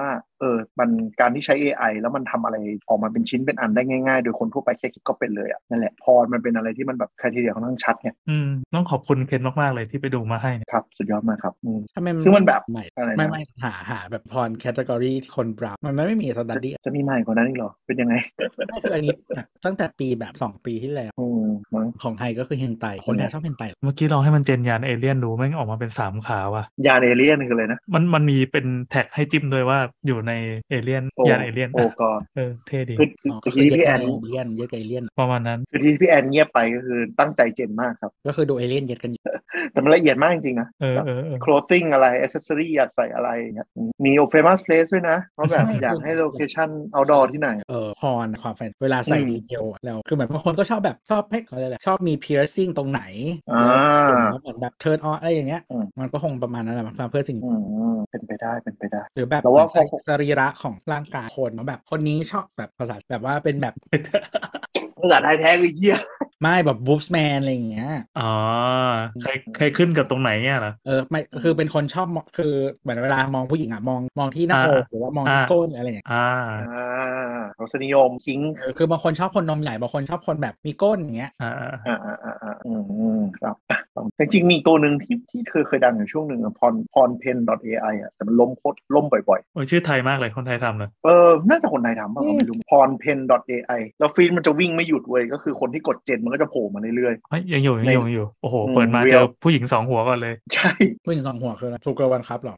มันการที่ใช้ AI แล้วมันทำอะไรออกมาเป็นชิ้นเป็นอันได้ง่ายๆโดยคนทั่วไปแค่คิดก็เป็นเลยอ่ะนั่นแหละพอมันเป็นอะไรที่มันแบบครทีเรียค่อนข้างชัดเนี่ยต้องขอบคุณเคนมากๆเลยที่ไปดูมาให้ครับสุดยอดมากครับทำไมซึ่งมันแบบไม่หาแบบพรแคตตากรีที่คนบราวมันไม่มีสตัดดี้จะมีใหม่กว่านั้นอีกเหรอเป็นยังไงไม่คืออันนี้ตั้งแต่ปีแบบ2 ปีที่แล้วของไทยก็คือเฮนไตคนไทยชอบเฮนไตเมื่อกี้ลองให้มันเจนยานเอเลี่ยนดูแม่งออกมาเป็น3 ขาว่ะยานเอเลี่ยนคืออะไรนะมันมีเป็นแท็กให้จิ้มด้วยว่าอยู่ในเอเลี่ยนยานเอเลี่ยนโอ้ก็เท่ดีคือพี่แอนเย็ดกับเอเลี่ยนประมาณนั้นคือที่พี่แอนเงียบไปก็คือตั้งใจเจนมากครับก็คือดูเอเลี่ยนเย็ดกันอยู่แต่มันละเอียดมากจริงๆนะclothing อะไร accessory อยากใส่อะไรมี famous place ด้วยนะเพราะแบบอยากให้โลเคชั่น outdoor ที่ไหนพรความแฟนเวลาใส่ดีเทลแล้วคือเหมือนบางคนก็ชอบแบบชอบอะไรชอบมี piercing ตรงไหนแล้วเหมือนแบบ turn on อะไรอย่างเงี้ยมันก็คงประมาณนั้นแหละมันเพื่อสิ่งเป็นไปได้หรือแบบว่าสรีระของร่างกายคนแบบคนนี้ชอบแบบภาษาแบบว่าเป็นแบบภาษาไทยแท้คือเหี้ยไม่แบบบูฟแมนอะไรอย่างเงี้ยใครขึ้นกับตรงไหนเนี่ยเหรอไม่คือเป็นคนชอบคือเหมือนเวลามองผู้หญิงอ่ะมองที่หน้าอกหรือว่ามองที่ก้นอะไรอย่างเงี้ยรสนิยมคิงคือบางคนชอบคนนมใหญ่บางคนชอบคนแบบมีก้นอย่างเงี้ยครับจริงๆมีตัวหนึ่งที่เคยดังอยู่ช่วงหนึ่งพรเพน .ai อ่ะแต่มันล่มบ่อยๆชื่อไทยมากเลยคนไทยทำเลยน่าจะคนไทยทำป่ะไม่รู้พรเพน .ai แล้วฟีดมันจะวิ่งไม่หยุดเว้ยก็คือคนที่กดเจนมันก็จะโผล่มาเรื่อยๆยังอยู่โอ้โหเปิดมาเจอผู้หญิง2 หัวก่อนเลยใช่ผู้หญิง2 หัวคืออะไรทูเกิร์ลวันครับหรอ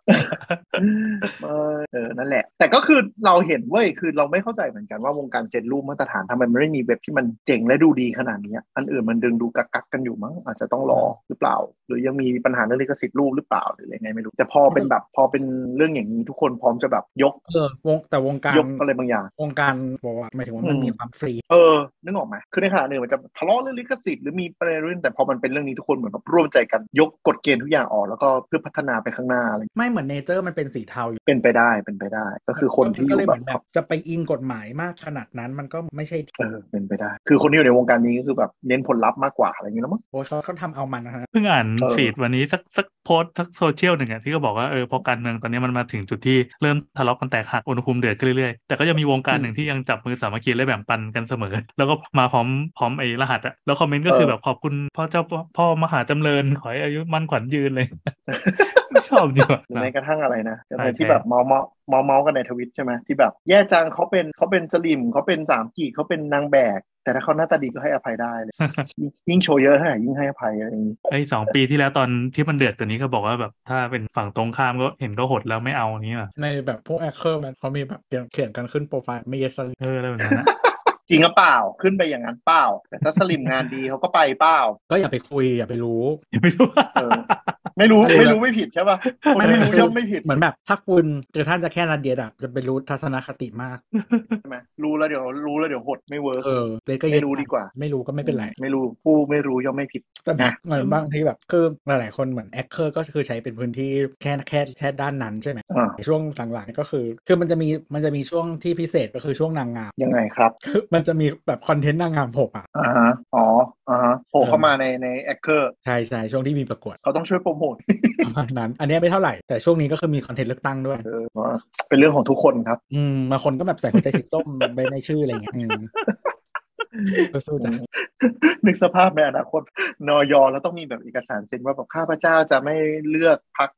นั่นแหละแต่ก็คือเราเห็นเว้ยคือเราไม่เข้าใจเหมือนกันว่าวงการเจนรูปมาตรฐานทำไมมันไม่มีเว็บที่มันเจ๋งและดูดีขนาดนี้อันอื่นมันดึงดูกักกันอยู่มั้งอาจจะต้องรอหรือเปล่าหรือยังมีปัญหาเรื่องลิขสิทธิ์รูปหรือเปล่าหรืออะไรไงไม่รู้แต่พอเป็นเรื่องอย่างนี้ทุกคนพร้อมจะแบบยกวงการยกอะไรบางอย่างวงการบอกว่าหมายถึงว่ามันมีความฟรีนึกออกไหมคือในขณะหนึ่งมันจะทะเลาะเรื่องลิขสิทธิ์หรือมีประเด็นแต่พอมันเป็นเรื่องนี้ทุกคนเหมือนแบบร่วมใจกันยกกฎเกณฑ์ทุกอย่างออกแล้วก็เพื่อพัฒนาไปข้างหน้าอะไรไม่เหมือนเนเจอร์มันเป็นสีเทาอยู่เป็นไปได้ก็คือคนที่ก็เลยแบบจะไปอิงกฎหมายมากขนาดนั้นมันก็ไม่ใช่เป็นไปได้คือคนที่อยู่ในวงการนี้ก็คือแบบเน้นผลลัพธ์มากกว่าอะไรอย่างเงี้ยมั้งโอ้เขาทำเอามันนะฮะเพิ่งอ่านฟีดวันนี้สักโพสต์สักโซเชียลหนึ่งที่ก็บอกว่าพอการเมืองตอนนี้มันมาถึงจุดที่เริ่มทะเลาะกันแตกหักอุณหภูมิเดือดขึ้นเรื่อยๆแต่ก็จะมีวงการหนึ่งที่ยังจับมือสามัคคีและแบ่งปันกันเสมอแล้วก็มาพร้อมไอ้รหัสอะแล้วคอมเมนต์ก็คือแบบขอบคุณพ่อมหาจำเริญขอให้อายุมั่นขวัญยืนเลยชอบดีว่ะในกระทั่งอะไรนะที่แบบเมากันในทวิตใช่ไหมที่แบบแย่จังเขาเป็นสลิมเขาเป็น3 กีเขาเป็นนางแบกแต่ถ้าเขาหน้าตาดีก็ให้อภัยได้เลยยิ่งโชว์เยอะเท่าไหร่ยิ่งให้อภัยอะไรอย่างนี้ 2 ปีที่แล้วตอนที่มันเดือดตัวนี้ก็บอกว่าแบบถ้าเป็นฝั่งตรงข้ามก็เห็นก็หดแล้วไม่เอานี้อ่ะในแบบพวกแอคเคอร์มันเขามีแบบเขียนกันขึ้นโปรไฟล์ไม่เยสลิอะไรแบบนั้นนะจริงหรือเปล่าขึ้นไปอย่างนั้นเปล่าแต่ถ้าสลิมงานดีเขาก็ไปเปล่าก็อย่าไปคุยอย่าไปรู้ไม่รู้ไม่ผิดใช่ป่ะคนไม่รู้ย่อมไม่ผิดเหมือนแบบถ้าคุณท่านจะแค่นัดเดียดจะไปรู้ทัศนคติมากใช่ไหมรู้แล้วเดี๋ยวหดไม่เวิร์กเลยก็ไม่รู้ดีกว่าไม่รู้ก็ไม่เป็นไรไม่รู้ผู้ไม่รู้ย่อมไม่ผิดแต่เหมือนบางทีแบบคือหลายๆคนเหมือนแอคเคอร์ก็คือใช้เป็นพื้นที่แค่ด้านนั้นใช่ไหมช่วงหลังๆก็คือมันจะมีช่วงที่พิเศษก็คือช่วงนางงามยังไงครับมันจะมีแบบคอนเทนต์นางงามโผล่โผล่เข้ามาในแอคเคอร์ใช่ช่วงที่มีประกวดเขาต้องช่วยโปรโมทประมาณนั้นอันนี้ไม่เท่าไหร่แต่ช่วงนี้ก็คือมีคอนเทนต์เลือกตั้งด้วยเป็นเรื่องของทุกคนครับบางคนก็แบบใส่หัวใจสีส้มไปในชื่ออะไรเงี้ยสู้จังนึกสภาพในอนาคตนย.แล้วต้องมีแบบเอกสารเซ็นว่าแบบข้าพเจ้าจะไม่เลือกพรรค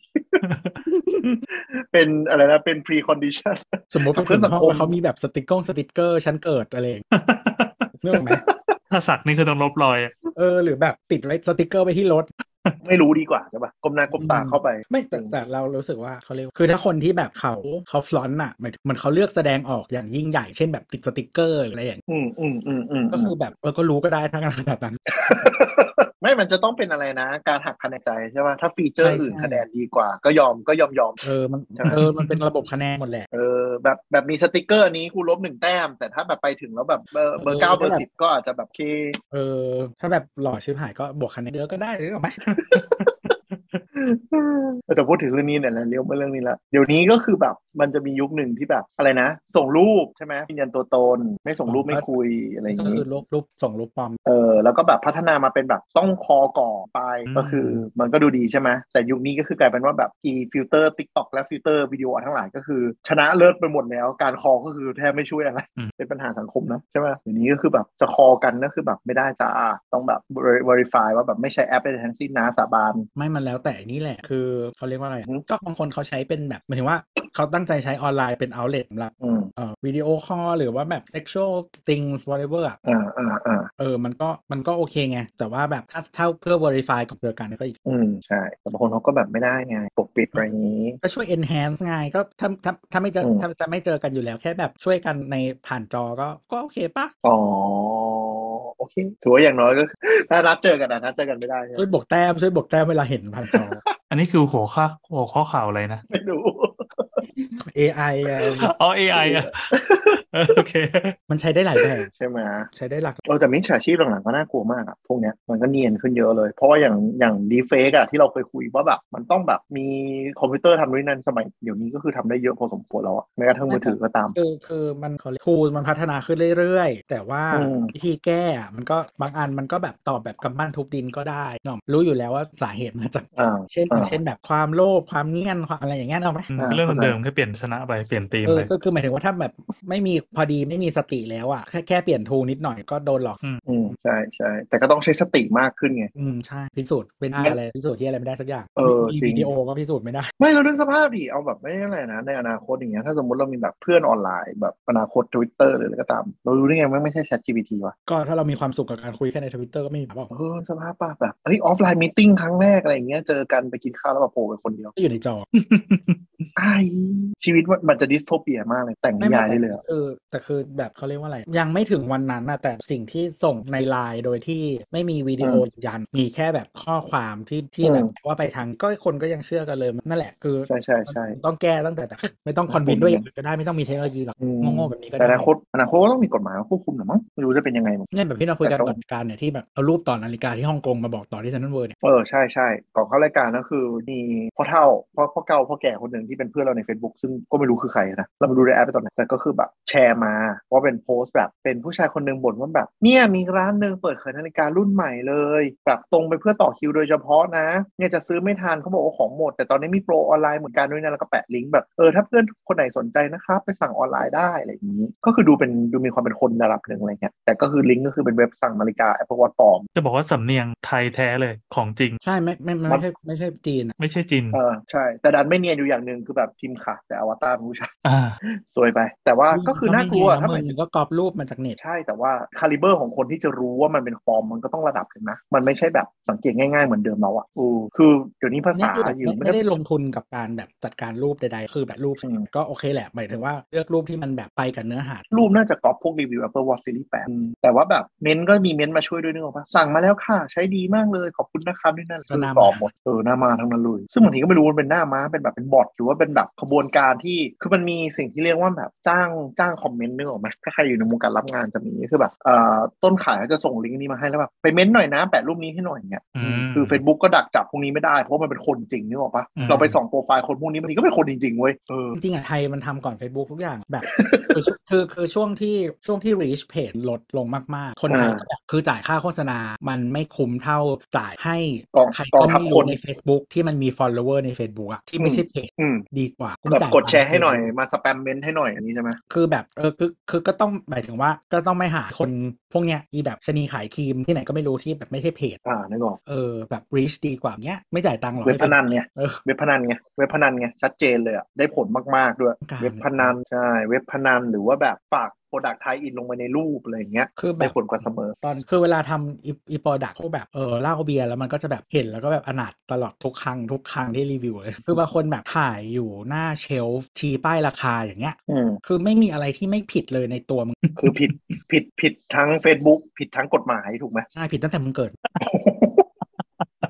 เป็นอะไรนะเป็น pre condition สมมติเพื่อนสังคมเขามีแบบสติกเกอร์ชั้นเกิดอะไรเรื่องไหมถ้าสักนี่คือต้องลบรอยหรือแบบติดไว้สติกเกอร์ไปที่รถไม่รู้ดีกว่าใช่ป่ะก้มหน้าก้มตาเข้าไปไม่แต่เรารู้สึกว่าเขาเรียกคือถ้าคนที่แบบเขาฟลอนต์อ่ะมันเขาเลือกแสดงออกอย่างยิ่งใหญ่เช่นแบบติดสติกเกอร์อะไรอย่างก็คือแบบก็รู้ก็ได้ทั้งขนาดนั้นไม่มันจะต้องเป็นอะไรนะการหักคะแนนใจใช่ป่ะถ้าฟีเจอร์อื่นคะแนนดีกว่าก็ยอมมันเป็นระบบคะแนนหมดแหละแบบมีสติกเกอร์อันนี้กูลบ1 แต้มแต่ถ้าแบบไปถึงแล้วแบบเบอร์ 9 เบอร์ 10ก็อาจจะแบบเคถ้าแบบหล่อชื่อหายก็บวกคะแนนเยอะก็ได้หรือเปล่าแต่พูดถึงเรื่องนี้เนี่ยนะเลี้ยวมาเรื่องนี้ละเดี๋ยวนี้ก็คือแบบมันจะมียุคหนึ่งที่แบบอะไรนะส่งรูปใช่ไหมยืนยันตัวตนไม่ส่งรูปไม่คุยอะไรอย่างนี้ก็คือรูปส่งรูปปลอมแล้วก็แบบพัฒนามาเป็นแบบต้องคอก่อไปก็คือมันก็ดูดีใช่ไหมแต่ยุคนี้ก็คือกลายเป็นว่าแบบอีฟิลเตอร์ TikTok และฟิลเตอร์วิดีโอทั้งหลายก็คือชนะเลิศไปหมดแล้วการคอก็คือแทบไม่ช่วยอะไรเป็นปัญหาสังคมนะใช่ไหมเดี๋ยวนี้ก็คือแบบจะคอกันก็คือแบบไม่ได้จ้าต้องแบบ verify ว่าแบบไม่ใช่แอปใดทั้งสิ้นนะสาบานไม่มันแล้วแต่นี่แหละคือเขาเรียกว่าอะไรก็บางคนเขาใช้เป็นแบบหมายถึงว่าเขาตั้งใจใช้ออนไลน์เป็น outlet สำหรับวิดีโอคอลหรือว่าแบบ sexual things whatever อ่ะมันก็โอเคไงแต่ว่าแบบถ้าเพื่อ verify กับเพื่อกันก็อีกใช่แต่บางคนเขาก็แบบไม่ได้ไงปกปิดอะไรอย่างนี้ก็ช่วย enhance ไงก็ถ้าไม่เจอถ้าจะไม่เจอกันอยู่แล้วแค่แบบช่วยกันในผ่านจอก็โอเคปะอ๋อโอเคถือว่าอย่างน้อยก็ถ้านัดเจอกันนะนัดเจอกันไม่ได้ช่วยบวกแต้มเวลาเห็นผ่านจออันนี้คือหัวข้อข่าวอะไรนะไม่รู้ AI อ๋อ AI อ่ะโอเคมันใช้ได้หลายแบบใช่ไหมใช้ได้หลักแต่มิจฉาชีพหลังๆก็น่ากลัวมากอะพวกเนี้ยมันก็เนียนขึ้นเยอะเลยเพราะว่าอย่างดีเฟกอะที่เราเคยคุยว่าแบบมันต้องแบบมีคอมพิวเตอร์ทำด้วยนั่นสมัยเดี๋ยวนี้ก็คือทำได้เยอะพอสมควรแล้วอะแม้กระทั่งมือถือก็ตามคือมันเขาทูลมันพัฒนาขึ้นเรื่อยๆแต่ว่าวิธีแก้มันก็บางอันมันก็แบบตอบแบบกำปั้นทุบดินก็ได้เนาะรู้อยู่แล้วว่าสาเหตุมาจากเช่นแบบความโลภความเงียนความอะไรอย่างเงี้ยเอาไหมก็เรื่องเดิมแค่เปลี่ยนชนะไปเปลี่ยนธีมไปก็คือหมายถึงว่าถ้าแบบไม่มีพอดีไม่มีสติแล้วอ่ะแค่เปลี่ยนทูนิดหน่อยก็โดนหลอกใช่ใช่แต่ก็ต้องใช้สติมากขึ้นไงใช่พิสูจน์ไม่ได้อะไรพิสูจน์ที่อะไรไม่ได้สักอย่างมีจริงวิดีโอก็พิสูจน์ไม่ได้ไม่เราเรื่องสภาพดิเอาแบบไม่ได้อะไรนะในอนาคตอย่างเงี้ยถ้าสมมติเรามีแบบเพื่อนออนไลน์แบบอนาคต Twitter หรืออะไรก็ตามเรารู้ได้ไงว่าไม่ใช่ ChatGPT วะก็ถ้าเรามีความสุขกับการคุยแค่ใน Twitter ก็ไม่มีปัญหาสภาพป่ะแบบออฟไลน์มีตติ้งครั้งแรกอะไรอย่างเงี้ยเจอกันไปกินข้าวแล้วแบบโผล่ไปคนเดียวก็อยู่ในจอไอชีวิตมันจะดิสโทเปียมากเลยแต่งนิยายได้เลยแต่คือแบบเขาเรียกว่าอะไรยังไม่ถึงวันนั้นนะแต่สิ่งที่ส่งในไลน์โดยที่ไม่มีวิดีโอยันมีแค่แบบข้อความที่แบบว่าไปทางก็คนก็ยังเชื่อกันเลยนั่นแหละคือใช่ใช่ใช่ต้องแก้ตั้งแต่ไม่ต้องคอนวินด้วยอย่างอื่นก็ได้ไม่ต้องมีเทคโนโลยีหรอกโง่ๆแบบนี้ก็แต่ได้อนาคตก็ต้องมีกฎหมายมาควบคุมหรือมั้งไม่รู้จะเป็นยังไงมั้งเนี่ยแบบที่เราคุยกันก่อนรายการเนี่ยที่แบบเอารูปต่อนาฬิกาที่ฮ่องกงมาบอกต่อที่เซ็นทรัลเวิลด์เนี่ยใช่ใช่ก่อนเข้ารายการก็คือมีพ่อเฒ่าพ่อเก่าพ่อแก่คนหนึ่งที่เป็นเพื่อนเราใน Facebook ซึ่งก็ไม่รู้คือใครนะเรามาดูในแอปไปตอนนั้นแต่ก็คือแบบแชร์มาว่าเป็นโพสต์แบบเป็นผู้ชายคนหนึ่งบ่นว่าแบบเนี่ยมีร้านหนึ่งเปิดขายนาฬิการุ่นใหม่เลยแบบตรงไปเพื่อต่อคิวโดยเฉพาะนะเนี่ยจะซื้อไม่ทันเขาบอกว่าของหมดแต่ตอนนี้มีโปรออนไลน์เหมือนกันด้วยนะแล้วก็แปะลิงก์แบบถ้าเพื่อนคนไหนสนใจนะครับไปสั่งออนไลน์ได้อะไรอย่างนี้ก็คือดูมีความเป็นคนระดับหนึ่งอะไรเงี้ยแต่ก็คือลิงก์ก็คือเป็นเว็บสั่งนาฬิกา Apple Watch ปลอมจะบอกว่าสำเนียงไทยแท้เลยของจริงใช่ไม่ใช่จีนไม่ใช่จีนใช่แต่ดันไม่เนียนอยู่อย่างหนึ่งคือแบบพิมพ์ค่ะแต่อวตารเป็นผู้ชายสวยไปแต่ว่าก็คือน่ากลัวถ้ามันก็ก๊อปรูปมาจากเน็ตใช่แต่ว่าคาลิเบอร์ของคนที่จะรู้ว่ามันเป็นฟอร์มมันก็ต้องระดับหนึ่งนะมันไม่ใช่แบบสังเกตง่ายๆเหมือนเดิมแล้วอ่ะคือเดี๋ยวนี้ภาษาอยู่ไม่ได้ลงทุนกับการแบบจัดการรูปใดๆคือแบบรูปก็โอเคแหละหมายถึงว่าเลือกรูปที่มันแบบไปกับเนื้อหารูปน่าจะก๊อปพวกรีวิว Apple Watch Series 8แต่ว่าแบบเม้นก็มีเม้นมาช่วยด้วยนึกออกปะสั่งมาแล้วค่ะใช้ดีมากเลยขอบคุณนะครับด้วยนั่นคือตอบหมดหน้ามาทั้งนั้นเลยซึ่งบางทีก็ไม่รู้มันเป็นหน้าม้าเป็นแบบเป็นบอทหรือว่าเป็นแบบขบวนการที่คือมันมีสิ่งที่เรียกว่าแบบจ้างคอมเมนต์นึกออกไหมถ้าใครอยู่ในวงการรับงานจะมีคือแบบต้นขายเขาจะส่งลิงก์นี้มาให้แล้วแบบไปเม้นหน่อยนะแปะรูปนี้ให้หน่อยเงี้ยคือ Facebook ก็ดักจับพวกนี้ไม่ได้เพราะมันเป็นคนจริงนึกออกปะเราไปส่องโปรไฟล์คนพวกนี้บางทีก็เป็นคนจริงๆเว้ยจริงๆไทยมันทำก่อน Facebook ทุกอย่างแบบคือช่วงที่ reach page ลดลงมากๆคนไทยก็แบบคือจ่ายค่าโฆษณามันไม่คุ้มเท่าจ่ายให้ใครก็ไม่รู้ใน Facebook ที่มันมี follower ใน Facebook อะที่ไม่ใช่เพจดีกว่าแบบกดแชร์ให้หน่อยมาสแปมเมนต์ให้หน่อยอันนี้ใช่ไหมคือแบบคือก็ต้องหมายถึงว่าก็ต้องไม่หาคนพวกเนี้ยแบบชนีขายครีมที่ไหนก็ไม่รู้ที่แบบไม่ใช่เพจนึกออกแบบ reach ดีกว่าเนี้ยไม่จ่ายตังค์หรอกเว็บพนันไงเว็บพนันไงชัดเจนเลยอ่ะได้ผลมากๆด้วยเว็บพนันใช่เว็บพนันหรือว่าแบบฝากโปรดักต์ไทยอินลงไปในรูปอะไรอย่างเงี้ยคือได้ผลกว่าเสมอตอนคือเวลาทำอีโปรดักต์พวกแบบเหล้าเบียร์แล้วมันก็จะแบบเห็นแล้วก็แบบอนาถตลอดทุกครั้งที่รีวิวเลยคือบางคนแบบถ่ายอยู่หน้าเชลฟ์ชี้ป้ายราคาอย่างเงี้ยคือไม่มีอะไรที่ไม่ผิดเลยในตัวมึงคือผิดทั้ง Facebook ผิดทั้งกฎหมายถูกไหมใช่ผิดตั้งแต่มึงเกิด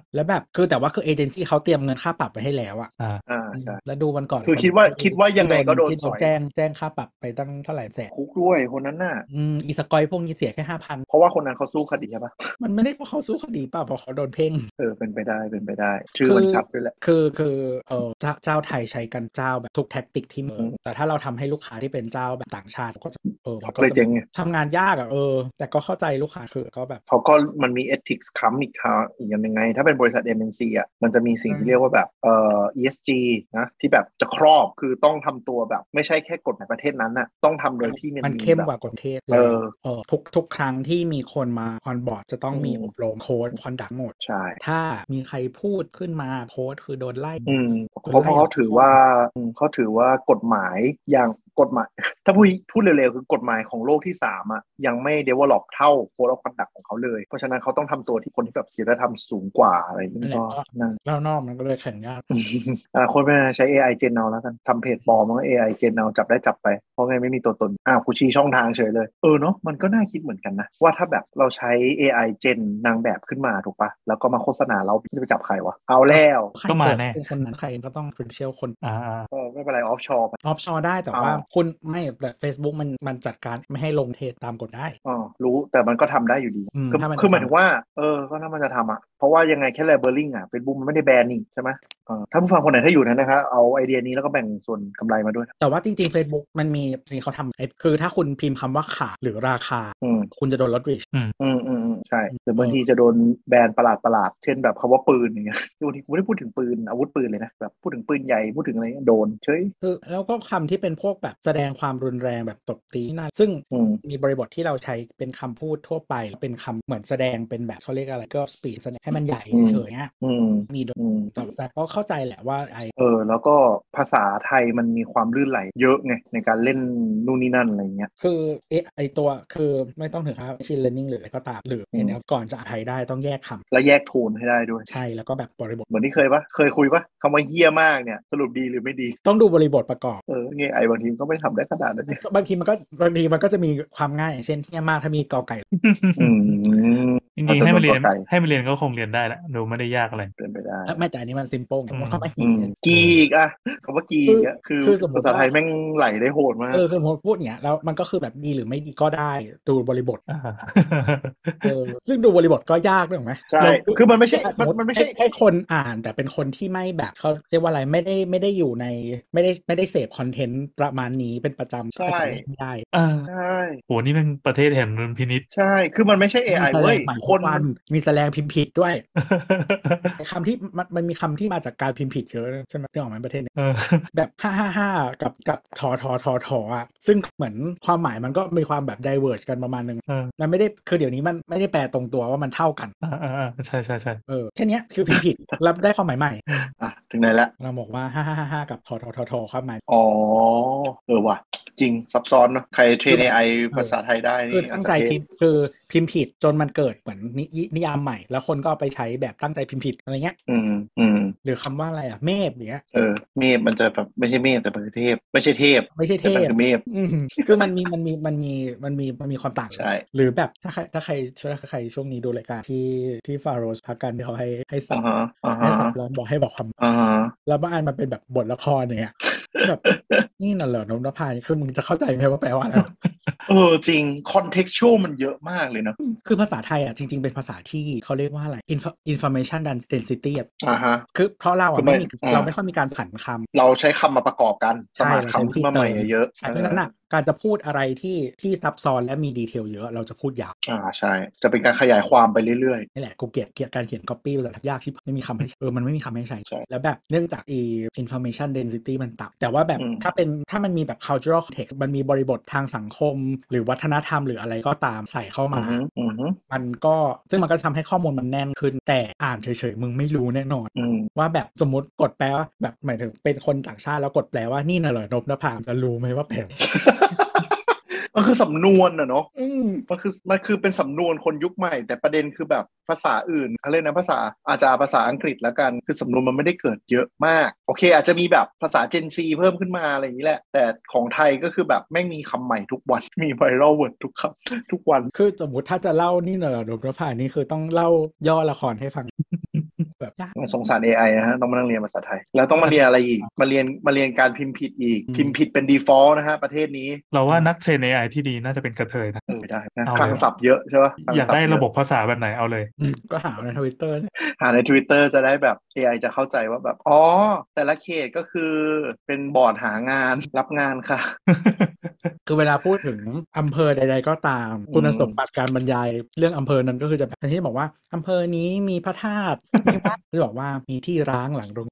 แล้วแบบคือแต่ว่าคือเอเจนซี่เขาเตรียมเงินค่าปรับไปให้แล้วอะใช่แล้วดูมันก่อนคือคิดว่ายังไงก็โดนที่โดนแจ้งค่าปรับไปตั้งเท่าไหร่แสนคุกด้วยคนนั้นน่ะอีสกอยพวกนี้เสียแค่5,000 เพราะว่าคนนั้นเขาสู้คดีใช่ปะมันไม่ได้เพราะเขาสู้คดีเปล่าเพราะเขาโดนเพ่งเป็นไปได้ชื่อมันชัดด้วยแหละคือเจ้าไทยใช้กันเจ้าแบบทุกแท็กติกที่มือแต่ถ้าเราทำให้ลูกค้าที่เป็นเจ้าแบบต่างชาติก็จะมันก็จะทำงานยากแต่ก็เข้าใจลูกค้าคือก็แบบเขาก็มันมี ethics ค้ำอีกยังไงถ้าเป็นบริษัท MNC อ่ะมันจะมีสิ่งที่เรียกว่าแบบESG นะที่แบบจะครอบคือต้องทำตัวแบบไม่ใช่แค่กฎในประเทศนั้นน่ะต้องทำโดยที่มันเข้มกว่ากฎประเทศเลยทุกครั้งที่มีคนมาออนบอร์ดจะต้องมีอบรมโค้ดคอนดักต์หมดใช่ถ้ามีใครพูดขึ้นมาโค้ดคือโดนไล่เพราะเขาถือว่ากฎหมายอย่างกฎหมายถ้าพูดเร็วๆคือกฎหมายของโลกที่3อ่ะยังไม่ develop เท่า Code of Conduct ของเขาเลยเพราะฉะนั้นเขาต้องทำตัวที่คนที่แบบศีลธรรมสูงกว่าอะไรอย่างนี้ก็แล้วนอกมันก็เลยแข่งยากคนไม่ใช้ AI Gen เอาแล้วกันทำเพจปลอมมันก็ AI Gen เอาจับได้จับไปเพราะไงไม่มีตัวตนกูชี้ช่องทางเฉยเลยเนาะมันก็น่าคิดเหมือนกันนะว่าถ้าแบบเราใช้ AI Gen นางแบบขึ้นมาถูกปะแล้วก็มาโฆษณาเราจะไปจับใครวะเอาแล้วก็มาแน่คนนั้นใครก็ต้อง credential คนไม่เป็นไร offshore ได้แต่ว่าคุณไม่แต่ Facebook มันจัดการไม่ให้ลงเทรดตามกฎได้รู้แต่มันก็ทำได้อยู่ดีคือหมายถึงว่าก็ถ้ามันจะทำเพราะว่ายังไงแค่ labeling Facebook มันไม่ได้แบนนี่ใช่ไหมถ้าผู้ฟังคนไหนถ้าอยู่นั้นนะครับเอาไอเดียนี้แล้วก็แบ่งส่วนกำไรมาด้วยแต่ว่าจริงๆ Facebook มันมีที่เขาทำคือถ้าคุณพิมพ์คำว่าขาหรือราคาคุณจะโดนลดริชใช่หรือบางทีจะโดนแบนประหลาดเช่นแบบคำว่าปืนอย่างเงี้ยบางทีกูไม่ได้พูดถึงปืนอาวุธปืนเลยนะแบบพูดถึงปืนใหญ่พูดถึงอะไรโดนเฉยแล้วก็คำที่เป็นพวกแบบแสดงความรุนแรงแบบตบตีนั่นซึ่งมีบริบทที่เราใช้เป็นคำพูดทั่วไปเป็นคำเหมือนแสดงเป็นแบบเขาเรียกอะไรก็สปีดให้มันใหญ่เฉยๆมีแต่ก็เข้าใจแหละว่าแล้วก็ภาษาไทยมันมีความลื่นไหลเยอะไงในการเล่นนู่นนี่นั่นอะไรเงี้ยคือตัวคือไม่ต้องถึงครับ machine learning หรืออะไรก็ตามหรือก่อนจะไทยได้ต้องแยกคำและแยกโทนให้ได้ด้วยใช่แล้วก็แบบบริบทเหมือนที่เคยคุยปะคำว่าเฮี้ยมากเนี่ยสรุปดีหรือไม่ดีต้องดูบริบทประกอบไงบางทีก็ไม่ทำได้ขนาดนั้นบางทีมันก็จะมีความง่ายอย่างเช่นเฮี้ยมากถ้ามีกอไก่จริงๆให้มาเรียนก็คงเรียนได้แหละดูไม่ได้ยากอะไรเป็นไปได้ไม่แต่อันนี้มันซิมเปิลไงมันเข้ามากีอีกคำว่ากีคือภาษาไทยแม่งไหลได้โหดมากคือผมพูดอย่างเงี้ยแล้วมันก็คือแบบดีหรือไม่ดีก็ได้ดูบริบทซึ่งดูบริบทก็ยากถูกไหมใช่คือมันไม่ใช่ให้คนอ่านแต่เป็นคนที่ไม่แบบเขาเรียกว่าอะไรไม่ได้อยู่ในไม่ได้เสพคอนเทนต์ประมาณนี้เป็นประจำใช่ไม่ได้ใช่โหนี่เป็นประเทศแห่งดุลพินิจใช่คือมันไม่ใช่ AI เว้ยคนมีแสดงพิมพ์ผิดด้วยคำที่มันมีคำที่มาจากการพิมพ์ผิดเยอะใช่ไหมที่ออกมาประเทศนี้แบบ555กับทอ่ะซึ่งเหมือนความหมายมันก็มีความแบบ diverge กันประมาณนึงมันไม่ได้คือเดี๋ยวนี้มันไม่ได้แปลตรงตัวว่ามันเท่ากันใช่แค่นี้คือพิมพ์ผิดแล้วได้ความหมายใหม่ถึงไหนละเราบอกว่า555กับทความหมายว่ะจริงซับซ้อนเนาะใครเทรน AI ภาษาไทยได้คือตั้งใจพิมพ์คือพิมพ์ผิดจนมันเกิดเหมือนนิยามใหม่แล้วคนก็เอาไปใช้แบบตั้งใจพิมพ์ผิดอะไรเงี้ยหรือคำว่าอะไรเมฆเนี้ยเมฆมันจะแบบไม่ใช่เมฆแต่เป็นเทพไม่ใช่เทพคือเมฆคือมันมีความต่างหรือแบบถ้าใครช่วงนี้ดูรายการที่ฟาโรสพักกันที่เขาให้สับแล้วบอกความแล้วบางอันมันเป็นแบบบทละครเนี่ยแบบนี่น่ะเหรอนพนภาคือมึงจะเข้าใจไหมว่าแปลว่าอะไรจริง contextual มันเยอะมากเลยเนาะคือภาษาไทยจริงๆเป็นภาษาที่เขาเรียกว่าอะไร information density คือเพราะเราไม่ค่อยมีการผันคำเราใช้คำมาประกอบกันสมานคำขึ้นมาใหม่เยอะเพราะฉะนั้นการจะพูดอะไรที่ซับซ้อนและมีดีเทลเยอะเราจะพูดยาวใช่จะเป็นการขยายความไปเรื่อยๆนี่แหละกูเกลียดการเขียน copy ภาษายากที่ไม่มีคำให้มันไม่มีคำให้ใช้แล้วแบบเนื่องจากinformation density มันต่ำแต่ว่าแบบถ้ามันมีแบบ cultural context มันมีบริบททางสังคมหรือวัฒนธรรมหรืออะไรก็ตามใส่เข้ามามันก็ซึ่งมันก็ทำให้ข้อมูลมันแน่นขึ้นแต่อ่านเฉยๆมึงไม่รู้แน่นอนว่าแบบสมมติกดแปลว่าแบบหมายถึงเป็นคนต่างชาติแล้วกดแปลว่านี่น่ะเหรอนพนภาจะรู้ไหมว่าแปลมันคือสำนวนเนาะมันคือเป็นสำนวนคนยุคใหม่แต่ประเด็นคือแบบภาษาอื่นเขาเรียกนะภาษาอังกฤษแล้วกันคือสำนวนมันไม่ได้เกิดเยอะมากโอเคอาจจะมีแบบภาษา Gen Z เพิ่มขึ้นมาอะไรอย่างนี้แหละแต่ของไทยก็คือแบบแม่งมีคำใหม่ทุกวันมีไวรัลเวิร์ดทุกวันคือสมมติถ้าจะเล่านี่น่ะเหรอนพนภานี่คือต้องเล่าย่อละครให้ฟังแบบยากสงสาร AI นะฮะต้องมานั่งเรียนภาษาไทยแล้วต้องมาเรียนอะไรอีกมาเรียนการพิมพ์ผิดอีกพิมพ์ผิดเป็น default นะฮะประเทศนี้เราว่านักเทรน AI ที่ดีน่าจะเป็นกระเทยนะไม่ได้นะเอาคลังเลยศัพท์เยอะใช่ปะคลังอยากได้ศัพท์เยอะระบบภาษาแบบไหนเอาเลยก็หาใน Twitter เนี่ยหาใน Twitter จะได้แบบ AI จะเข้าใจว่าแบบอ๋อแต่ละเขตก็คือเป็นบอร์ดหางานรับงานค่ะคือเวลาพูดถึงอำเภอใดๆก็ตามคุณสมบัติการบรรยายเรื่องอำเภอนั้นก็คือจะแบบที่บอกว่าอำเภอนี้มีพระธาตุมีวัดจะบอกว่ามีที่ร้างหลังโรง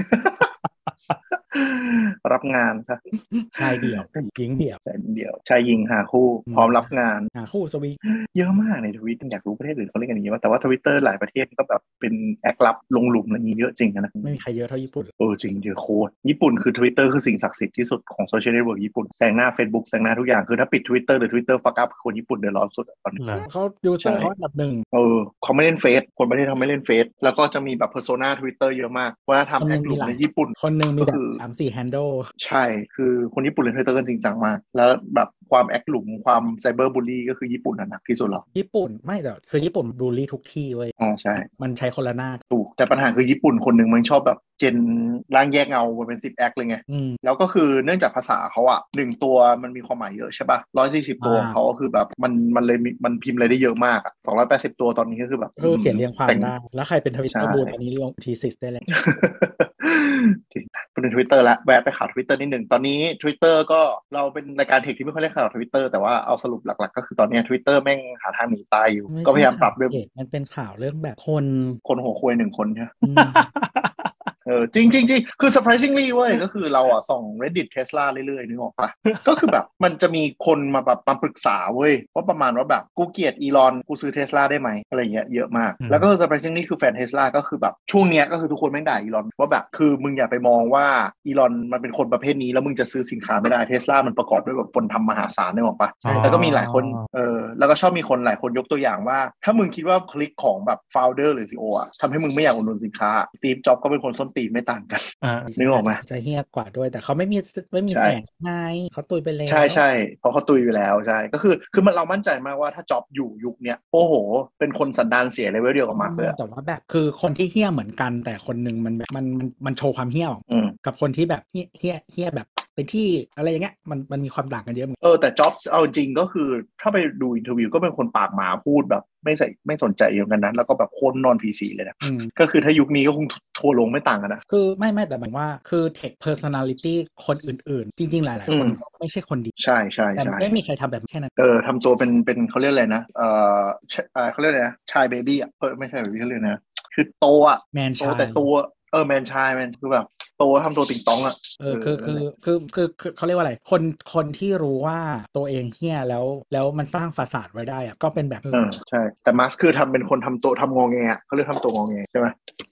รับงานค่ะชายเดี่ยวหญิงเดี่ยวชายหญิงหาคู่พร้อมรับงานคู่สวีเยอะมากในทวิตอยากรู้ประเทศอื่นเขาเล่นกันอย่างนี้ว่าแต่ว่าทวิตเตอร์หลายประเทศก็แบบเป็นแอคลับลงหลุมอะไรอย่างนี้เยอะจริงนะไม่มีใครเยอะเท่าญี่ปุ่นจริงเยอะโคตรญี่ปุ่นคือทวิตเตอร์คือสิ่งศักดิ์สิทธิ์ที่สุดของโซเชียลเน็ตเวิร์กญี่ปุ่นแซงหน้า Facebook แซงหน้าทุกอย่างคือถ้าปิดทวิตเตอร์หรือทวิตเตอร์ฟักอัพคนญี่ปุ่นเดือดร้อนสุดตอนนี้เขายูเซอร์เขาอันดับหนึ่งเขาไม่เล่นเฟซคนประเทศเขาไม่เล่นเฟซแล้วก็จะมีแบบเพอร์โซนาทวิตเตอร์เยอะมากว่าทำแอคกลุ่มในญี่ปุ่นคนหนึ่งมีแบบ3-4 handle ใช่คือคนญี่ปุ่นเล่นทวิตเตอร์กันจริงจังมากแล้วแบบความแอคหลุมความไซเบอร์บูลลี่ก็คือญี่ปุ่นหนักที่สุดหรอญี่ปุ่นไม่แต่คือญี่ปุ่นบูลลี่ทุกที่เว้ยใช่มันใช้คนละหน้าถูกแต่ปัญหาคือญี่ปุ่นคนหนึ่งมันชอบแบบเจนร่างแยกเงาเป็น10 แอคเลยไงแล้วก็คือเนื่องจากภาษาเขาอ่ะ1ตัวมันมีความหมายเยอะใช่ป่ะ140 ตัวของเขาก็คือแบบมันเลยมันพิมพ์อะไรได้เยอะมากอ่ะ280 ตัวตอนนี้ก็คือแบบเขียนเรียงความได้แล้วใครเป็นทวิตเตอร์บูลอันนี้ลงทีซิสได้เลยจริงเป็นทวิตเตอร์แล้วแวะไปข่าวทวิตเตอร์นิดหนึ่งตอนนี้ทวิตเตอร์ก็เราเป็นรายการเทคที่ไม่ค่อยเล่นข่าวทวิตเตอร์แต่ว่าเอาสรุปหลักๆก็คือตอนนี้ทวิตเตอร์แม่งหาทางหนีตายอยู่ก็พยายามปรับด้วยมันเป็นข่าวเรื่องแบบคนหัวควย1 คนใช่จริงคือ surprisingly เว้ยก็คือเราอ่ะส่อง Reddit Tesla เรื่อยๆนึกออกปะก็คือแบบมันจะมีคนมาแบบมาปรึกษาเว้ยว่าประมาณว่าแบบกูเกลียดอีลอนกูซื้อ Tesla ได้ไหมอะไรเงี้ยเยอะมากแล้วก็ surprisingly คือแฟน Tesla ก็คือแบบช่วงเนี้ยก็คือทุกคนแม่งด่าอีลอนว่าแบบคือมึงอย่าไปมองว่าอีลอนมันเป็นคนประเภทนี้แล้วมึงจะซื้อสินค้าไม่ได้ Tesla มันประกอบด้วยแบบคนทำมหาศาลนึกออกปะแต่ก็มีหลายคนแล้วก็ชอบมีคนหลายคนยกตัวอย่างว่าถ้ามึงคิดว่าคลิกของแบบ founder หรือ CEO อ่ะทำให้มึงไม่อยากอุดหนุนสินค้าสตีฟจ็อบส์ก็เป็นคนส้นตีนไม่ต่างกันนึกออกไหมจะเฮี้ยกว่าด้วยแต่เขาไม่มีแสงไงเขาตุยไปแล้วใช่เพราะเขาตุยไปแล้วใช่ก็คือมันเรามั่นใจมากว่าถ้าจ็อบอยู่ยุคเนี้ยโอ้โหเป็นคนสันดานเสียเลเวลเดียวกับมาร์คเลยแต่ว่าแบบคือคนที่เฮี้ยเหมือนกันแต่คนหนึ่งมันแบบมันโชว์ความเฮี้ยกับคนที่แบบเฮี้ยแบบเป็นที่อะไรอย่างเงี้ยมันมีความต่างกันเยอะแต่จ็อบเอาจริงก็คือถ้าไปดูอินเทอร์วิวก็เป็นคนปากหมาพูดแบบไม่สนใจอย่างนั้นแล้วก็แบบโค่นนอนพีซีเลยนะก็คือถ้ายุคนี้ก็คงทัวลงไม่ต่างกันนะคือไม่แต่หมายว่าคือเทค personality คนอื่นๆจริงๆหลายๆคนไม่ใช่คนดีใช่แต่ไม่มีใครทำแบบแค่นั้นทำตัวเป็นเขาเรียกอะไรนะเขาเรียกอะไรนะชายเบบี้อ่ะไม่ใช่เบบี้เขาเรียกนะคือโตอ่ะโตแต่ตัวแมนชายแมนคือแบบโตทำตัวติงตองอ่ะคือเขาเรียกว่าอะไรคนที่รู้ว่าตัวเองเฮี้ยแล้วมันสร้างฟาสาดไว้ได้อะก็เป็นแบบใช่แต่มาร์คคือเป็นคนทำตัวทำงอแงเขาเรียกทำตัวงอแงใช่ไหม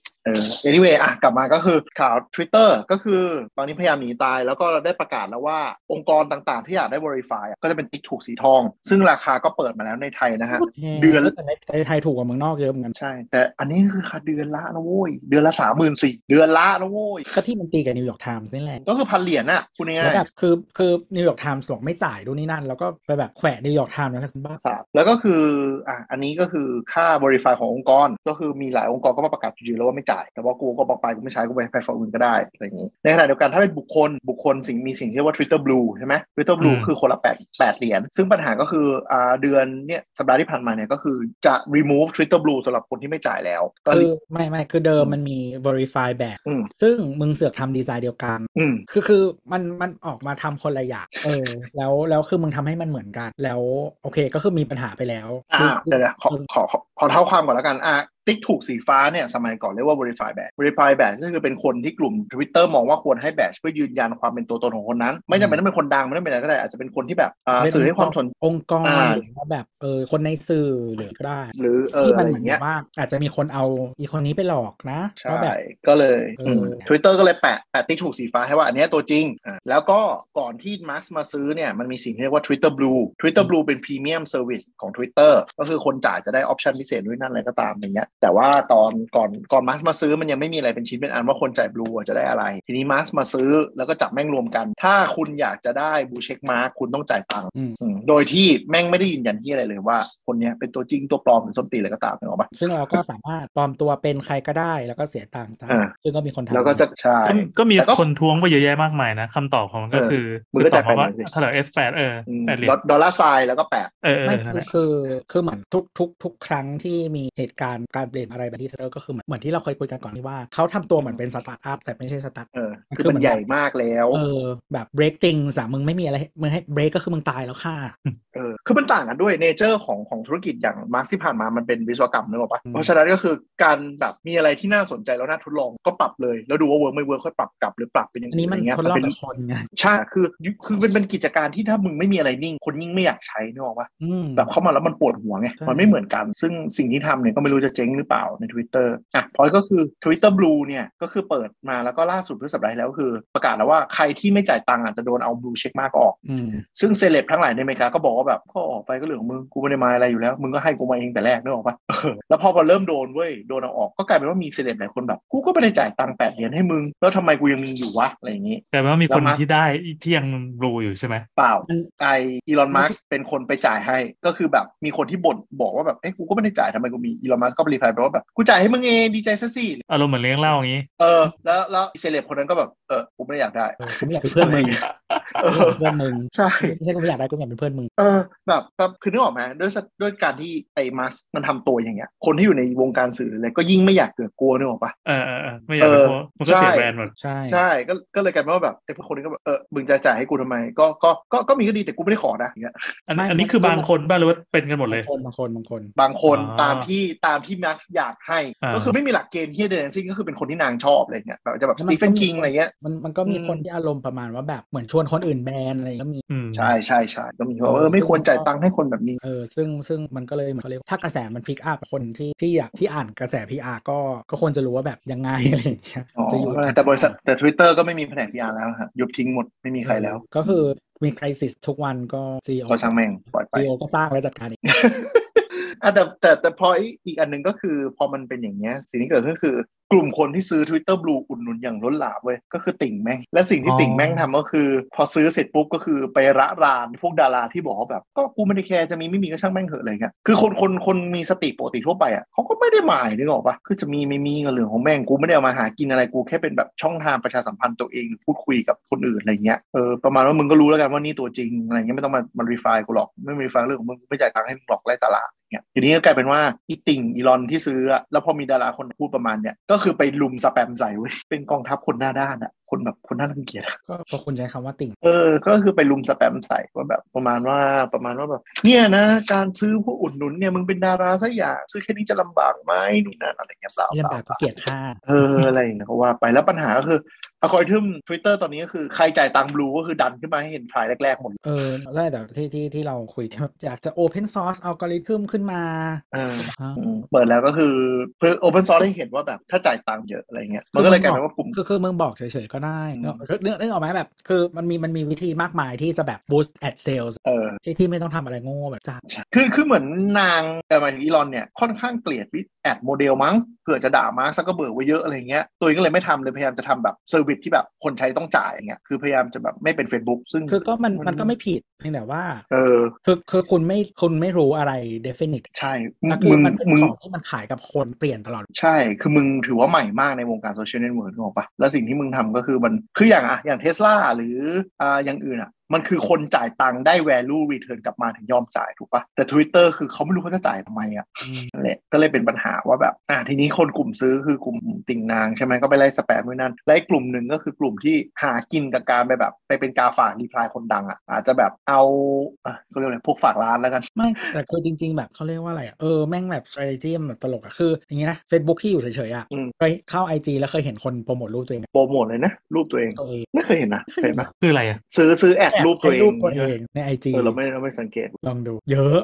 anyway กลับมาก็คือข่าว Twitter ก็คือตอนนี้พยายามหนีตายแล้วก็ได้ประกาศแล้วว่าองค์กรต่างๆที่อยากได้ Verify ก็จะเป็นติ๊กถูกสีทองซึ่งราคาก็เปิดมาแล้วในไทยนะฮะเดือนในไทยถูกกว่าเมืองนอกเยอะเหมือนกันใช่แต่อันนี้คือค่าเดือนละนะโว้ยเดือนละ 34,000 เดือนละนะโว้ยก็ที่มันตีกับนิวยอร์กไทม์นี่แหละก็คือ1,000 เหรียญน่ะคุณง่ายแล้วแบบคือนิวยอร์กไทม์ส่งไม่จ่ายดูนี่นั่นแล้วก็ไปแบบแขวะนิวยอร์กไทม์นะคุณบ้าแล้วก็คืออันนี้ก็คือค่า Verify ขององค์กรก็คือมีหลายองค์กรก็มาประกาศจริงๆแล้วว่าไม่จ่ายแต่ว่ากูก็บอกไปกูไม่ใช้กูไปแพลตฟอร์มอื่นก็ได้อะไรอย่างนี้ในขณะเดียวกันถ้าเป็นบุคคลมีสิ่งที่เรียกว่า Twitter Blue ใช่ไหม Twitter Blue คือคนละ8 เหรียญซึ่งปัญหาก็คือเดือนเนี่ยสัปดาห์ที่ผ่านมาเนี่ยก็คือจะ remove Twitter Blue สำหรับคนที่ไม่จ่ายแล้วคือไม่คือเดิมมันมี Verify แบบซึ่งมึงเสือกทำดีไซน์เดียวกันคือมันออกมาทำคนละอย่างแล้วคือมึงทำให้มันเหมือนกันแล้วโอเคก็คือมีปัญหาไปแล้วเดี๋ยวขอเท้าความก่อนแล้วกันติ๊กถูกสีฟ้าเนี่ยสมัยก่อนเรียกว่า verify badge ก็คือเป็นคนที่กลุ่ม Twitter มองว่าควรให้ badge เพื่อยืนยันความเป็นตัวตนของคนนั้นไม่จำเป็นต้องเป็นคนดังไม่ต้องเป็นอะไรก็ได้อาจจะเป็นคนที่แบบสื่อให้ความสนองค์กรหรือว่าแบบคนในสื่อหรือก็ได้หรือที่มันเหมือนว่าอาจจะมีคนเอาอีคนนี้ไปหลอกนะใช่ก็เลย Twitter ก็เลยแปะติ๊กถูกสีฟ้าให้ว่าอันนี้ตัวจริงแล้วก็ก่อนที่มาร์คมาซื้อเนี่ยมันมีสิ่งที่เรียกว่า Twitter Blue เป็น Premium Service ของ Twitter ก็คือคนจ่ายจะได้ออปชันพิเศษด้วยนั่นอะไรก็ตามอย่างเงี้ยแต่ว่าตอนก่อนมาร์คมาซื้อมันยังไม่มีอะไรเป็นชิ้นเป็นอันว่าคนจ่ายบลูจะได้อะไรทีนี้มาร์คมาซื้อแล้วก็จับแม่งรวมกันถ้าคุณอยากจะได้บลูเช็คมาร์คคุณต้องจ่ายตังค์โดยที่แม่งไม่ได้ยืนยันที่อะไรเลยว่าคนนี้เป็นตัวจริงตัวปลอมหรือส้นตีนอะไรก็ตามนึกออกปะซึ่งเราก็สามารถปลอมตัวเป็นใครก็ได้แล้วก็เสียตังค์ซึ่งก็มีคนทำแล้วก็จะใช่ก็มีคนท้วงไปเยอะแยะมากมายนะคำตอบของมันก็คือตอบมาว่าถ้าเรา S8 8 เหรียญดอลลาร์ไซน์แล้วก็8 ไม่คือเหมือนทุกครั้งที่มีเหตุการณ์การเปลี่ยนอะไรแบบที่ก็คือเหมือนที่เราเคยคุยกันก่อนที่ว่าเขาทำตัวเหมือนเป็นสตาร์ทอัพแต่ไม่ใช่สตาร์ทคือมันใหญ่มากแล้วแบบ break things มึงไม่มีอะไรมึงให้ break ก็คือมึงตายแล้วค่ะคือมันต่างกันด้วยเนเจอร์ของธุรกิจอย่างมาร์คที่ผ่านมามันเป็นวิศวกรรมนึกออกปะเพราะฉะนั้นก็คือการแบบมีอะไรที่น่าสนใจแล้วน่าทดลองก็ปรับเลยแล้วดูว่าเวิร์กไม่เวิร์กค่อยปรับกลับหรือปรับเป็นอย่างนี้มันทดลองกับคนไงใช่คือเป็นกิจการที่ถ้ามึงไม่มีอะไรนิ่งคนยิ่งไม่อยากใช้นึกออกปะแบบเข้ามาแล้วมันปวดหัวไงมันไม่เหมือนกันซึ่งสิ่งที่ทำเนี่ยก็ไม่รู้จะเจ๊งหรือเปล่าใน Twitter พอยก็คือ Twitter Blue เนี่ยก็คือเปิดมาแล้วก็ล่าสุดเมื่อสัปดาห์แล้วคือประกาศแล้วว่าใครที่ไม่จ่ายตังค์อาจจะโดนเอา Blue Check Mark ออกซึ่งเซเลบทั้งหลายในอเมริกาก็บอกว่าแบบก็ออกไปก็เรื่องของมึงกูไม่ได้มาอะไรอยู่แล้วมึงก็ให้กูมาเองแต่แรกนึกออกปะแล้วพอเริ่มโดนเอาออกก็กลายเป็นว่ามีเซเลบหลายคนแบบกูก็ไม่ได้จ่ายตังค์$8ให้มึงแล้วทำไมกูยังมีอยู่วะอะไรอย่างงี้กลายเป็นว่ามีคนที่ได้ที่ยังBlueอยู่ใช่ไหมเปล่าอีลอนมัสก์เป็นคนไปจ่ายให้ก็คือแบบมีคนที่บ่นบอกว่าแบบกูก็ไม่ได้จ่ายทำไมกูมีอีลอนมัสก์ก็รีพลายไปว่าแบบกูจ่ายให้มึงเองดีใจซะสิอารมณ์เหมือนเลี้ยงเหล้าอย่างงี้แล้วเซเลบคนนั้นก็แบบกูไม่ได้อยากได้กูไม่อยากเป็นเพื่อนมึงเพื่อนมึงใช่ไม่ใช่กูไม่อยากได้กูอยากเป็นเพื่อนมึงแบบคือนึกออกไหมด้วยการที่ไอ้มัสก์มันทำตัวอย่างเงี้ยคนที่อยู่ในวงการสื่ออะไรก็ยิ่งไม่อยากเกิดกลัวนึกออกปะไม่อยากเป็นมันก็เสียแบรนด์หมดใช่ก็เลยกลายเป็นว่าแบบไอ้พวกคนนี้ก็แบบมึงจะจ่ายให้กูทำไมก็มีก็ดีแต่กูไม่ได้ขอนะอย่างเงี้ยอันนี้คือบางคนบ้างหรือว่าเป็นกันหมดเลยบางคนตามที่มัสก์อยากให้ก็คือไม่มีหลักเกณฑ์ที่เดนซิ่งก็คือเป็นคนที่นางชอบอะไรเงี้ยแบบจะแบบสตีเฟนคิงอะไรเงี้ยมันก็มีคนที่อารมณ์ประมาณว่าแบบเหมือนชวนคนอื่นแบนอะไรก็มีใช่ก็มีว่าไม่ควรจ่ายตังค์ให้คนแบบนี้ซึ่งมันก็เลยเหมือนเขาเรียกถ้ากระแสมันพลิกอัพคนที่อยากที่อ่านกระแส PR ก็ควรจะรู้ว่าแบบยังไงอะไรอย่างเงี้ยจะอยู่แต่บริษัทแต่ Twitter ก็ไม่มีแผนก PR แล้วครับยุบทิ้งหมดไม่มีใครแล้วก็คือมีไครซิสทุกวันก็ CEO ก็ช่างแม่งปล่อยไป CEO ก็สร้างและจัดการอีกแต่พออีกอันนึงก็คือพอมันเป็นอย่างเงี้ยสิ่งที่เกิดขึ้นคือกลุ่มคนที่ซื้อ Twitter Blue อุดหนุนอย่างล้นหลามเว้ยก็คือติ่งแม่งและสิ่งที่ติ่งแม่งทำก็คือพอซื้อเสร็จปุ๊บก็คือไประรานพวกดาราที่บอกว่าแบบก็กูไม่ได้แคร์จะมีไม่มีก็ช่างแม่งเถอะอะไรเงี้ยคือคนมีสติปกติทั่วไปอ่ะเขาก็ไม่ได้หมายนึกออกปะคือจะมีไม่มีก็เรื่องของแม่งกูไม่ได้เอามาหากินอะไรกูแค่เป็นแบบช่องทางประชาสัมพันธ์ตัวเองหรือพูดคุยกับคนอื่นอะไรเงี้ยประมาณว่ามึงก็รู้แล้วกันว่านี่ตัวจริงอะไรเงี้ยไม่ต้องมารีไฟล์กูหรอกไม่รีไฟล์เรื่องของมึงไม่จ่ายตังค์ให้มึงหรอกไล่ตลาดทีนี้ก็กลายเป็นว่าอีติ่งอีลอนที่ซื้อแล้วพอมีดาราคนพูดประมาณเนี้ยก็คือไปลุมสแปมใส่เว้ยเป็นกองทัพคนหน้าด้านอ่ะคนแบบคนน่ารังเกียจก็พอคุณใช้คำว่าติ่งก็คือไปลุมสแปมใส่ว่าแบบประมาณว่าแบบเนี่ยนะการซื้อผู้อุดหนุนเนี่ยมึงเป็นดาราซะอย่างซื้อแค่นี้จะลำบากไหมนู่นนั่นอะไรเงี้ยเปล่าลำบากก็เกลียดค่าอะไรอย่างเงี้ยเขาว่าไปแล้วปัญหาก็คืออัลกอริทึม Twitter ตอนนี้ก็คือใครจ่ายตังค์บลูก็คือดันขึ้นมาให้เห็นพายแรกๆหมดแล้วแต่ที่เราคุยอยากจะ Open Source อัลกอริทึมขึ้นมาเปิดแล้วก็คือเพื่อ Open Source ให้เห็นว่าแบบถ้าจ่ายตังค์เยอะอะไรเงี้ยมันก็เลยกลายเป็นว่ากลุ่มคือมึงบอกเฉยๆก็ได้เรื่องออกมาแบบคือมันมีวิธีมากมายที่จะแบบ boost ad sales ที่ไม่ต้องทำอะไรโง่แบบจ้าคือเหมือนนางหมายถึงอีลอนเนี่ยค่อนข้างเกลียดแอดโมเดลมั้งเผื่อจะด่ามาร์คซักเกอร์เบิร์กไว้เยอะอะไรเงี้ยตัวเองก็เลยไม่ทำเลยพยายามจะทำแบบเซอร์วิสที่แบบคนใช้ต้องจ่ายอย่างเงี้ยคือพยายามจะแบบไม่เป็น Facebook ซึ่งคือก็มันก็ไม่ผิดเพียงแต่ว่าคือคุณไม่รู้อะไร definite ใช่คือมันเป็นของที่มันขายกับคนเปลี่ยนตลอดใช่คือมึงถือว่าใหม่มากในวงการโซเชียลเน็ตเวิร์กถูกปะแล้วสิ่งที่มึงทำก็คือมันคืออย่าง Tesla หรืออย่างอื่นมันคือคนจ่ายตังค์ได้ value return กลับมาถึงยอมจ่ายถูกปะแต่ Twitter คือเขาไม่รู้เขาจะจ่ายทำไมนั่นแหละก็เลยเป็นปัญหาว่าแบบทีนี้คนกลุ่มซื้อคือกลุ่มติ่งนางใช่ไหมก็ไปไล่สแปมไว้นั่นและกลุ่มหนึ่งก็คือกลุ่มที่หากินกับการไปเป็นกาฝากรีพลายคนดังอาจจะแบบเอาเขาเรียกอะไรพวกฝากร้านแล้วกันไม่แต่คือจริงๆแบบเขาเรียกว่าอะไรแม่งแบบ strategy แบบตลกคืออย่างงี้นะ Facebook ที่อยู่เฉยๆเคยเข้า IG แล้วเคยเห็นคนโปรโมทรูปตัวเองโปรโมทเลยนะรูปตัวเองไม่เคยเห็นนะเคยไหมคืออะไรซื้อแอดรูปตัวเองใน IG เราไม่สังเกตลองดูเยอะ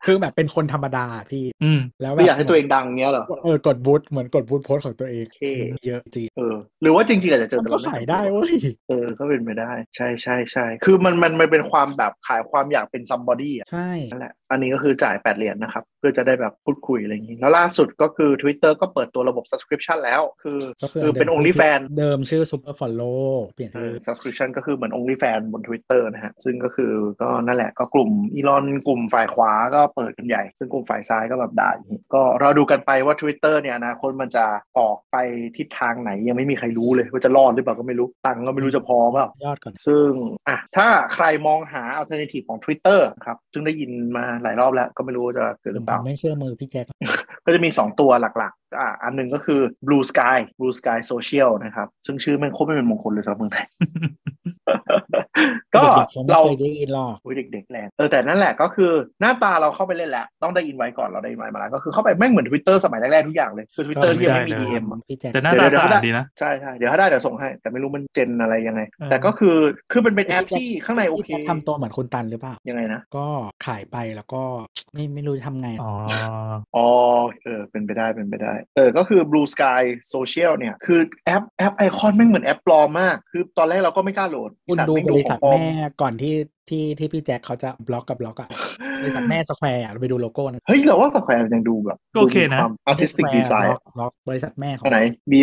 คือแบบเป็นคนธรรมดาพี่แล้วไม่อยากให้ตัวเองดังเงี้ยเหรอกดบูทเหมือนกดบูทโพสของตัวเองเยอะจริงหรือว่าจริงๆอาจจะเจอก็ขายได้เว้ยก็เป็นไปได้ใช่คือมันเป็นความแบบขายความอยากเป็น somebody อ่ะใช่นั่นแหละอันนี้ก็คือจ่าย8 เหรียญนะครับเพื่อจะได้แบบพูดคุยอะไรอย่างนี้แล้วล่าสุดก็คือ Twitter ก็เปิดตัวระบบ subscription แล้วคือเป็น OnlyFans เดิมชื่อ Super Follow เปลี่ยนชื่อ subscription ก็คือเหมือน OnlyFans บน Twitter นะฮะซึ่งก็คือก็นั่นแหละก็กลุ่มอีลอนกลุ่มฝ่ายขวาก็เปิดกันใหญ่ซึ่งกลุ่มฝ่ายซ้ายก็แบบด่าอย่างนี้ก็เราดูกันไปว่า Twitter เนี่ยอนาคตมันจะออกไปทิศทางไหนยังไม่มีใครรู้เลยว่าจะรอดหรือเปล่าก็ไม่รู้ตังค์ก็ไม่รู้จะพอเปล่ายอดก่อนซึ่งถ้าใครมองหา alternative ของ Twitter ครับซึ่งได้ยินมาหลายรอบแล้วก็ไม่รู้จะเกิดหรือเปล่าไม่เชื่อมือพี่แจ็คก็จะมี2ตัวหลักๆอันหนึ่งก็คือ Blue Sky Social นะครับซึ่งชื่อมันโคตรไม่เป็นมงคลเลยสำหรับเมืองไทยก็เราได้ยินหรอกเด็กๆแรงแต่นั่นแหละก็คือหน้าตาเราเข้าไปเล่นแล้วต้องได้อินไว้ก่อนเราได้อินไว้มาแล้วก็คือเข้าไปแม่งเหมือน Twitter สมัยแรกๆทุกอย่างเลยคือ Twitter ที่ยังไม่มี DM แต่หน้าตาสะอาดดีนะใช่ๆเดี๋ยวถ้าได้เดี๋ยวส่งให้แต่ไม่รู้มันเจนอะไรยังไงแต่ก็คือมันเป็นแอปที่ข้างในโอเคทำตัวเหมือนคุณตันหรือเปล่ายังไงนะก็ขายไปแล้วก็ไม่รู้ทำไงเป็นไปได้ก็คือ Blue Sky Social เนี่ยคือแอปไอคอนแม่งเหมือนแอปปลอมมากคือตอนแรกเราก็ไม่กล้าโหลดคุณดูบริษัทแม่ก่อนที่พี่แจ็คเขาจะบล็อกอ่ะบริษัทแม่สแควร์เราไปดูโลโก้นะเฮ้ยเราว่าสแควร์ยังดูแบบโอเคนะความ artistic design บล็อกบริษัทแม่ของไหน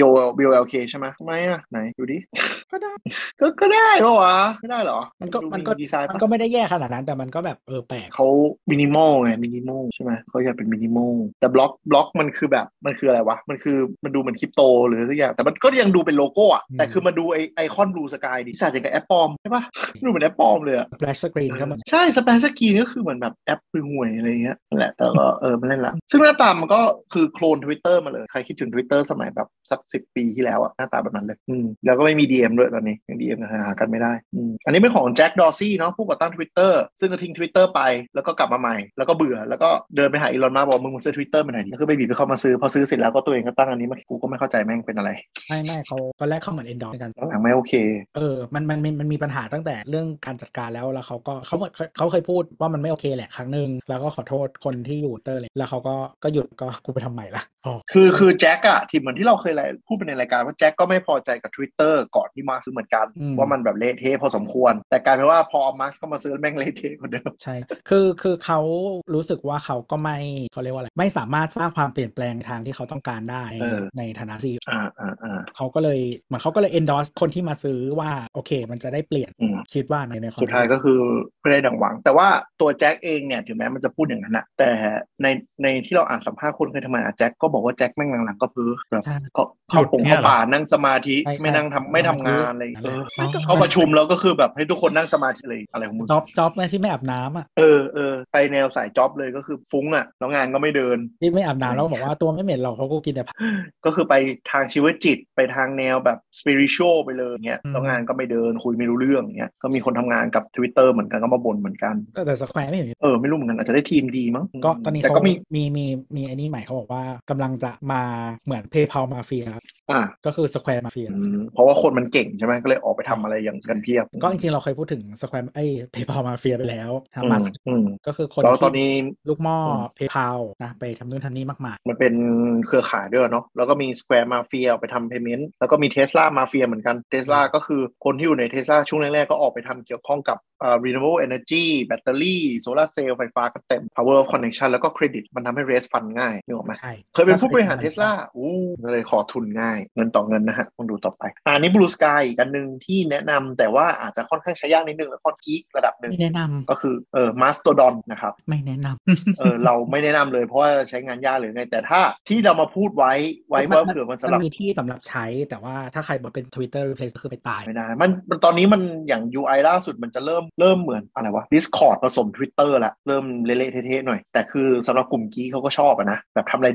BOLK ใช่ไหมทำไมไหนดูดิก็ได้ก็ได้ปะวะไม่ได้เหรอมันก็ดีไซน์มันก็ไม่ได้แย่ขนาดนั้นแต่มันก็แบบแปลกเขามินิมอลไงมินิมอลใช่ไหมเขาอยากเป็นมินิมอลแต่บล็อกมันคือแบบมันคืออะไรวะมันดูเหมือนคริปโตหรือสักอย่างแต่มันก็ยังดูเป็นโลโก้อะแต่คือมาดูไอคอนบลูสกายดิสาอย่างกับแอปปลอมใช่ปะดูเหมือนแอปปลอมเลยอะ splash screen ครับมันใช่สเปซสกรีนก็คือเหมือนแบบแอปห่วยอะไรเงี้ยนั่นแหละแต่ก็มันเล่นละซึ่งหน้าตามันก็คือโคลน Twitter มาเลยใครคิดถึง Twitter สมัยแบบสัก10 ปีที่แล้วอะหน้าตาแบบนั้นเลยแล้วก็ไม่มี DM ด้วยตอนนี้ยัง DM หากันไม่ได้อันนี้เป็นของแจ็คดอร์ซี่เนาะผู้ก่อตั้ง Twitter ซึ่งก็ทิ้ง Twitter ไปแล้วก็กลับมาใหม่แล้วก็เบื่อแล้วก็เดินไปหาอีลอนมัสก์บอกมึงซื้อ Twitter มาหน่อยดิก็คือไปบีบไปเข้ามาซื้อพอซื้อเสร็จแล้วก็ตัวเองก็ตั้งอันนี้มากูก็ไม่เข้าใจแม่งเป็นอะไรไม่เขาตอนแรกเขาเหมือน endorse กันหลังไม่โอเคมันมีปัญหาตั้งแต่เรื่องการจัดการแล้วเขาเคยพูดว่ามันไม่โอเคแหละครั้งนึงแล้วก็ขอโทษคนที่อยู่เตอร์เลยแล้วเขาก็หยุดก็กูไปทำใหม่ละคือแจ็คอะที่เหมือนที่เราเคยพูดไปในรายการว่าแจ็คก็ไม่พอใจกับ Twitter ก่อนที่มาซื้อเหมือนกันว่ามันแบบเละเทะพอสมควรแต่กลายเป็นว่าพอมาร์คเข้ามาซื้อแม่งเละเทะกว่าเดิมใช่คือเขารู้สึกว่าเขาก็ไม่เขาเรียกว่าอะไรไม่สามารถสร้างความเปลี่ยนแปลงทางที่เขาต้องการได้ในฐานะซีเขาก็เลยเหมือนเขาก็เลย endorse คนที่มาซื้อว่าโอเคมันจะได้เปลี่ยนคิดว่าในสุดท้ายก็คือไม่ได้ดังหวังแต่ว่าตัวแจ็คเองเนี่ยถึงแม้มันจะพูดอย่างนั้นนะแต่ในที่เราอ่านสัมภาษณ์คนเคยทำงานแจ็คก็บอกว่าแจ็คแม่งหลังๆก็เพ้อแบบเข้าป่านั่งสมาธิไม่นั่งไม่ทำงานอะไรเขาประชุมแล้วก็คือแบบให้ทุกคนนั่งสมาธิอะไรของมึงจ็อบที่ไม่อาบน้ำอ่ะไปแนวสายจ็อบเลยก็คือฟุ้งอ่ะแล้วงานก็ไม่เดินที่ไม่อาบน้ำแล้วบอกว่าตัวไม่เหม็นหรอกเขาก็กินแต่ก็คือไปทางชีวจิตไปทางแนวแบบ spiritual ไปเลยเงี้ยแล้วงานก็ไม่เดินคุยไม่รู้เรื่องเงี้ยก็มีคนทำงานกับ Twitter เหมือนกันก็มาบ่นเหมือนกันแต่สแควร์ไม่เห็นไม่รู้เหมือนกันอาจจะได้ทีมดีมั้งก็ตอนนี้เขามีไอ้นี่ใหม่เขาบอกว่ากำลังจะมาเหมือน PayPal Mafia ก็คือ Square Mafia เพราะว่าคนมันเก่งใช่ไหมก็เลยออกไปทำอะไรอย่างกันเพียบก็จริงๆเราเคยพูดถึง Square PayPal Mafia ไปแล้วมาก็คือคนตอนนี้ลูกหม้อ PayPal นะไปทำนู่นทำนี่มากมายมันเป็นเครือข่ายด้วยเนาะแล้วก็มี Square Mafia ไปทำ Payment แล้วก็มี Tesla Mafia เหมือนกัน Tesla ก็คือคนที่อยู่ใน Tesla ช่วงแรกๆก็ออกไปทำเกี่ยวข้องกับrenewable energy แบตเตอรี่โซลาร์เซลล์ไฟฟ้าก็เต็ม power of connection แล้วก็เครดิตมันทำให้ raise fund ง่ายนึกออกไหมเคยเป็นผู้บริหาร Tesla ก็เลยขอทุนง่ายเงินต่อเงินนะฮะต้องดูต่อไปอันนี้ Blue Sky อีกอันนึงที่แนะนำแต่ว่าอาจจะค่อนข้างใช้ยากนิดนึงและค่อนกิ๊กระดับนึงไม่แนะนำก็คือMastodon นะครับไม่แนะนำเราไม่แนะนำเลยเพราะว่าใช้งานยากหรือไงแต่ถ้าที่เรามาพูดไว้ว่าเผื่อมันสำหรับมีที่สำหรับใช้แต่ว่าถ้าใครบอกเป็น Twitter replace ก็คือไปตายไม่ได้มันตอนนี้มันอย่าง UI ล่าสุดมันจะเริ่มเหมือนอะไรวะ Discord ผสม Twitter ละเริ่มเละๆเทะๆหน่อยแต่คือสำหรับกลุ่มกี้เขาก็ชอบนะแบบทำอะไรได้เยอะดี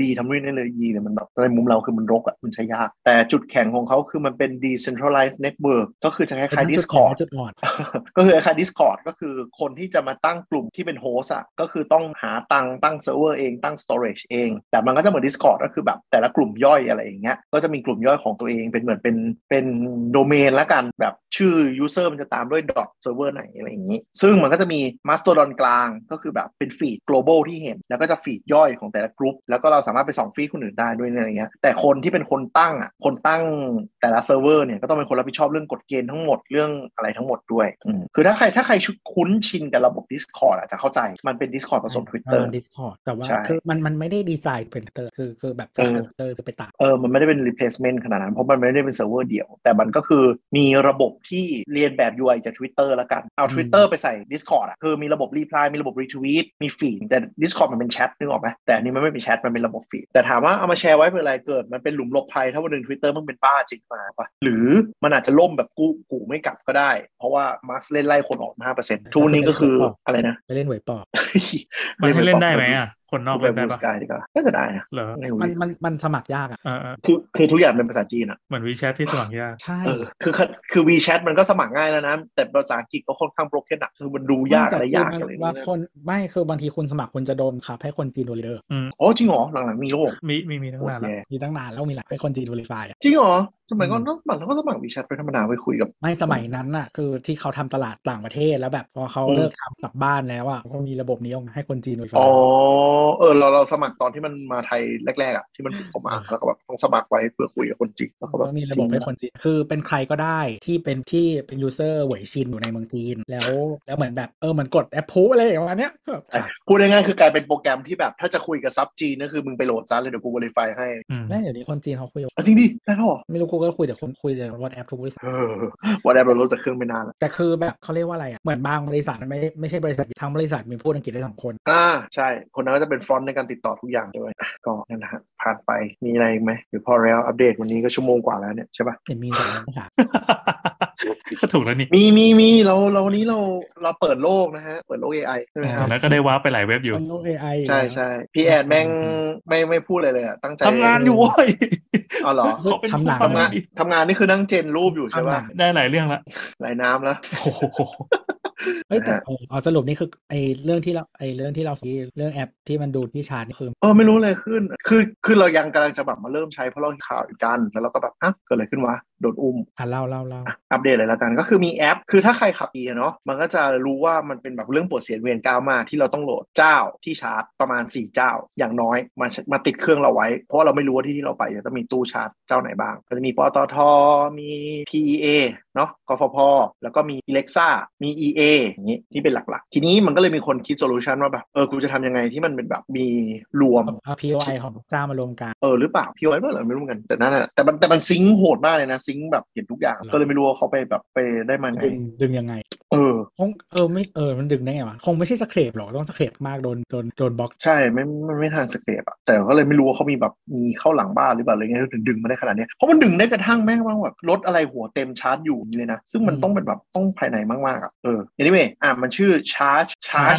ทำนู่นนี่เลยยีเนี่ยมันแบบในมุมเราคือมันรกอ่ะมันใช้ยากแต่จุดแข็งของเขาคือมันเป็น decentralized network ก็คือจะคล้ายๆ Discord ก็คือคล้ายๆ Discord ก็คือคนที่จะมาตั้งกลุ่มที่เป็นโฮสต์อ่ะก็คือต้องหาตังค์ตั้งเซิร์ฟเวอร์เองตั้ง storage เองแต่มันก็จะเหมือน Discord ก็คือแบบแต่ละกลุ่มย่อยอะไรอย่างเงี้ยก็จะมีกลุ่มย่อยของตัวเองเป็นเหมือนเป็นโดเมนละกันแบบชื่อ user มันจะตามด้วย .server ไหนอะไรอย่างงี้ซึ่งมันก็จะมี mastodon กลางก็คือแบบเป็นฟีด global ที่เห็นแล้วก็จะฟีดย่อยของแต่ละกลุ่มแล้วก็เราสามารถไปส่องฟีดคนอื่นได้ด้วยอะไรเงี้ยแต่คนที่เป็นคนตั้งอ่ะคนตั้งแต่ละเซิร์ฟเวอร์เนี่ยก็ต้องเป็นคนรับผิดชอบเรื่องกฎเกณฑ์ทั้งหมดเรื่องอะไรทั้งหมดด้วยคือถ้าใครคุ้นชินกับระบบ Discord อาจจะเข้าใจมันเป็น Discord ผสม Twitter Discord แต่ว่าคือมันไม่ได้ดีไซน์เป็น Twitter คือแบบ Twitter ไปตามมันไม่ได้เป็น replacement ขนาดนั้นเพราะมันไม่ได้เป็นเซิร์ฟเวอร์เดียวแต่มันก็คือมีระบบที่เรียนแบบ UI จาก Twitter แล้วกันเอา Twitter ไปใส่ Discord อ่ะคือมีระบบ reply มีระบบ retweet มีฟีดแต่ Discord มันเป็นแชทนึกออกไหมแต่อันนี้มันไม่เป็นแชทมันเป็นระบบฟีดแต่ถามว่าเอามาแชร์ไว้เพื่ออะไรเกิดมันเป็นหลุมหลบภัยถ้าวันหนึ่ง Twitter มันเป็นบ้าจริงมาปะหรือมันอาจจะล่มแบบกูไม่กลับก็ได้เพราะว่ามาร์คเล่นไล่คนออก 5% ทุกนี้ก็คืออะไรนะไปเล่นหวยปอกมันให้เล่นได้ไหมอ่ะคนนอกเล่นได้ปะดีกว่าน่าจะได้นะเหรอมันสมัครยากอ่ะคือทุกอย่างเป็นภาษาจีนอ่ะเหมือน WeChat ที่สมัครยากใช่คือ WeChat มันก็สมัครง่ายแล้วนะแต่ภาษาอังกฤษก็ค่อนข้างโบรกเกนอ่ะคือมันดูยากอะไรยากอะไรว่าคนไม่คือบางทีคุณสมัครคุณจะโดนครับให้คนจีนดูเลยอ๋อจริงเหรอหลังๆมีโลกมีตั้งนานแล้วมีตั้งนานแล้วมีหลักให้คนจีนดูเลยไฟจริงเหรอสมัยก่อนเราก็สมัคร WeChat ไปธรรมดาไปคุยกับไม่สมัยนั้นน่ะคือที่เขาทำตลาดต่างประเทศแล้วแบบพอเขาเลิกทำกลับบ้านแล้วอ่ะก็มีระบบนี้ให้คนจีนดูไฟอ๋อเราสมัครตอนที่มันมาไทยแรกๆอ่ะที่มันเข้ามาแล้วก็แบบต้องสมัครไว้เพื่อคุยกับคนจีนแล้วก็แบบมีระบบให้คนจีนคือเป็นใครก็ได้ที่เป็นยูเซอร์เหวยชินอยู่ในเมืองจีนแล้วเหมือนแบบเหมือนกดแอปพูอะไรอย่างเงี้ยพูดง่ายๆคือกลายเป็นโปรแกรมที่แบบถ้าจะคุยกับซับจีนก็คือมึงไปโหลดซะเลยเดี๋ยวกู verify ให้ได้เดี๋ยวนี้คนจีนเขาคุยจริงดิได้หรอไม่รู้กูก็คุยแต่คนคุยแต่วอทแอปทุกบริษัทวอทแอปเราลดจากเครื่องไม่นานแล้วแต่คือแบบเขาเรียกว่าอะไรอ่ะเหมือนบางบริษัทไม่ใช่บริษัททั้งบริษัทมีพูดอังกฤษได้2 คนใช่คนนั้นก็จะเป็นฟรอนต์ในการติดต่อทุกอย่างด้วยก็นั่นนะฮะผ่านไปมีอะไรไหมหรือพอแล้วอัปเดตวันนี้ก็ชั่วโมงกว่าแล้วเนี่ยใช่ปะมีแต่แล้วค่ะก็ถูกแล้วนี่มีเราวันนี้เราเปิดโลกนะฮะเปิดโลก AI ใช่ไหมครับแล้วก็ได้ว้าไปหลายเว็บอยู่โลก AI ใช่พี่แอดแม่งไม่พูดเลยอ่ะตั้งใจทำงานอยู่เว้ยอ๋อเหรอทำงานนี่คือนั่งเจนรูปอยู่ใช่ปะได้หลายเรื่องละหลายน้ำแล้วโอ้โหแต่สรุปนี่คือเรื่องที่เราฟีเรื่องแอปที่มันดูที่ชาร์ตนี่คือไม่รู้เลยขึ้นคือเรายังกำลังจะแบบมาเริ่มใช้เพราะเราข่าวกันแล้วเราก็แบบเกิดอะไรขึ้นวะโดนอุ้มเล่าอัปเดตเลยแล้วกันก็คือมีแอปคือถ้าใครขับเนาะมันก็จะรู้ว่ามันเป็นแบบเรื่องปวดเสียนเวียนก้าวมากที่เราต้องโหลดเจ้าที่ชาร์จประมาณ4เจ้าอย่างน้อยมาติดเครื่องเราไว้เพราะว่าเราไม่รู้ว่าที่เราไปจะต้องมีตู้ชาร์จเจ้าไหนบ้างก็จะมีปตทมี PEA เนาะกฟผแล้วก็มี Alexa มี EA อย่างนี้ที่เป็นหลักๆทีนี้มันก็เลยมีคนคิดโซลูชันว่าแบบกูจะทำยังไงที่มันเป็นแบบมีรวม POI ของเจ้ามารวมกันหรือเปล่า POI ไม่รู้ไม่รู้กันแต่นั่นแหละแต่มันซิงค์โหดมากเลยนะซิงค์แบบเห็นทุกอย่างก็เลยไม่รู้ว่าเขาไปแบบไปได้มาไงดึงยังไงไม่มันดึงได้ไงวะคงไม่ใช่สเครปหรอกต้องสเครปมากโดนบล็อกใช่ไม่ทางสเครปอะแต่ก็เลยไม่รู้ว่าเขามีแบบมีเข้าหลังบ้านหรือเปล่าอะไรเงี้ยถึงดึงมาได้ขนาดนี้เพราะมันดึงได้กระทั่งแม่งว่าแบบรถอะไรหัวเต็มชาร์จอยู่นี่เลยนะซึ่งมันต้องเป็นแบบต้องภายในมากๆอะanyway มันชื่อชาร์จ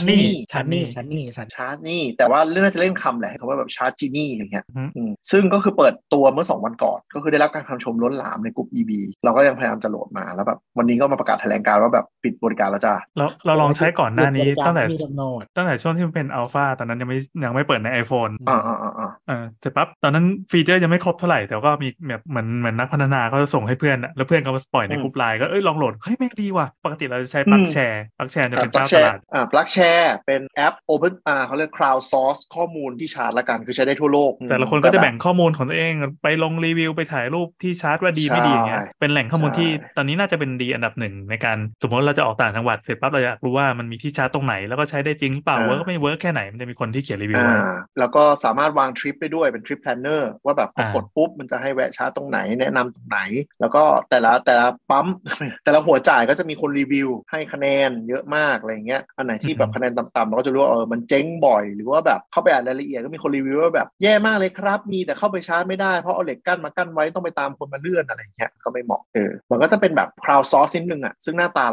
นี่แต่ว่าเรื่องน่าจะเล่นคำแหละเขาว่าแบบชาร์จจีนี่อย่างเงี้ยซึ่งก็คือเปิดตัวเมื่อ2 วันก่อนก็คือได้รับการคำชมล้นหลามในกลุ่ม EB เราก็ยังพยายามจะโหลดมาแล้วแบบวันนี้ก็มาประกาศแถลงการว่าแบบปิดบริการแล้วจ้าเราลองใช้ก่อนหน้านี้ตั้งแต่ช่วงที่มันเป็นอัลฟาตอนนั้นยังไม่เปิดใน iPhone เสร็จปั๊บตอนนั้นฟีเจอร์ยังไม่ครบเท่าไหร่แต่ก็มีแบบเหมือนนักพัฒนาเขาจะส่งให้เพื่อนแล้วเพื่อนก็มาปล่อยในกลุ่มไลน์ก็ลองโหลดเฮ้ยแม่งดีว่ะปกติเราจะใช้ปลั๊กแชร์จะเป็นเจ้าตลาดปลั๊กแชร์เป็นแอป Open เขาเรียก Crowd Source ข้อมูลที่ชาร์จละกันคือใช้ได้ทั่วโลกแต่ละคนก็จะแบ่งข้อมูลของตัวเองไปลงรีวิวไปถ่ายรูปที่ชาร์จว่าดีไม่ดีอย่างเงี้ยเป็นแหล่งข้อมูลที่ตอนนี้น่าจะเป็นดีอันดับ 1ในการสมมติเราจะออกต่างจังหวัดเสร็จปั๊บเราอยากรู้ว่ามันมีที่ชาร์จตรงไหนแล้วก็ใช้ได้จริงหรือเปล่าเวิร์กไม่เวิร์กแค่ไหนมันจะมีคนที่เขียนรีวิวไว้แล้วก็สามารถวางทริปได้ด้วยเป็นทริปแพลนเนอร์ว่าแบบพอกดปุ๊บมันจะให้แวะชาร์จตรงไหนแนะนำตรงไหนแล้วก็แต่ละปั๊ม แต่ละหัวจ่ายก็จะมีคนรีวิวให้คะแนนเยอะมากอะไรเงี้ยอันไหนที่แบบคะแนนต่ำๆเราก็จะรู้ว่ามันเจ๊งบ่อยหรือว่าแบบเข้าไปอ่านรายละเอียดก็มีคนรีวิวว่าแบบแย่มากเลยครับมีแต่เข้าไปชาร์จไม่ได้เพราะเอาเหล็กกั้นมากั้นไว้ต้องไปตามคนมาเลื่อนอะไรเงี้ยก็ไม่เหมาะมันก็จะเป็นแบบ crowd source นิดนึงซึ่งหน้าตาเราว่ามันอุบ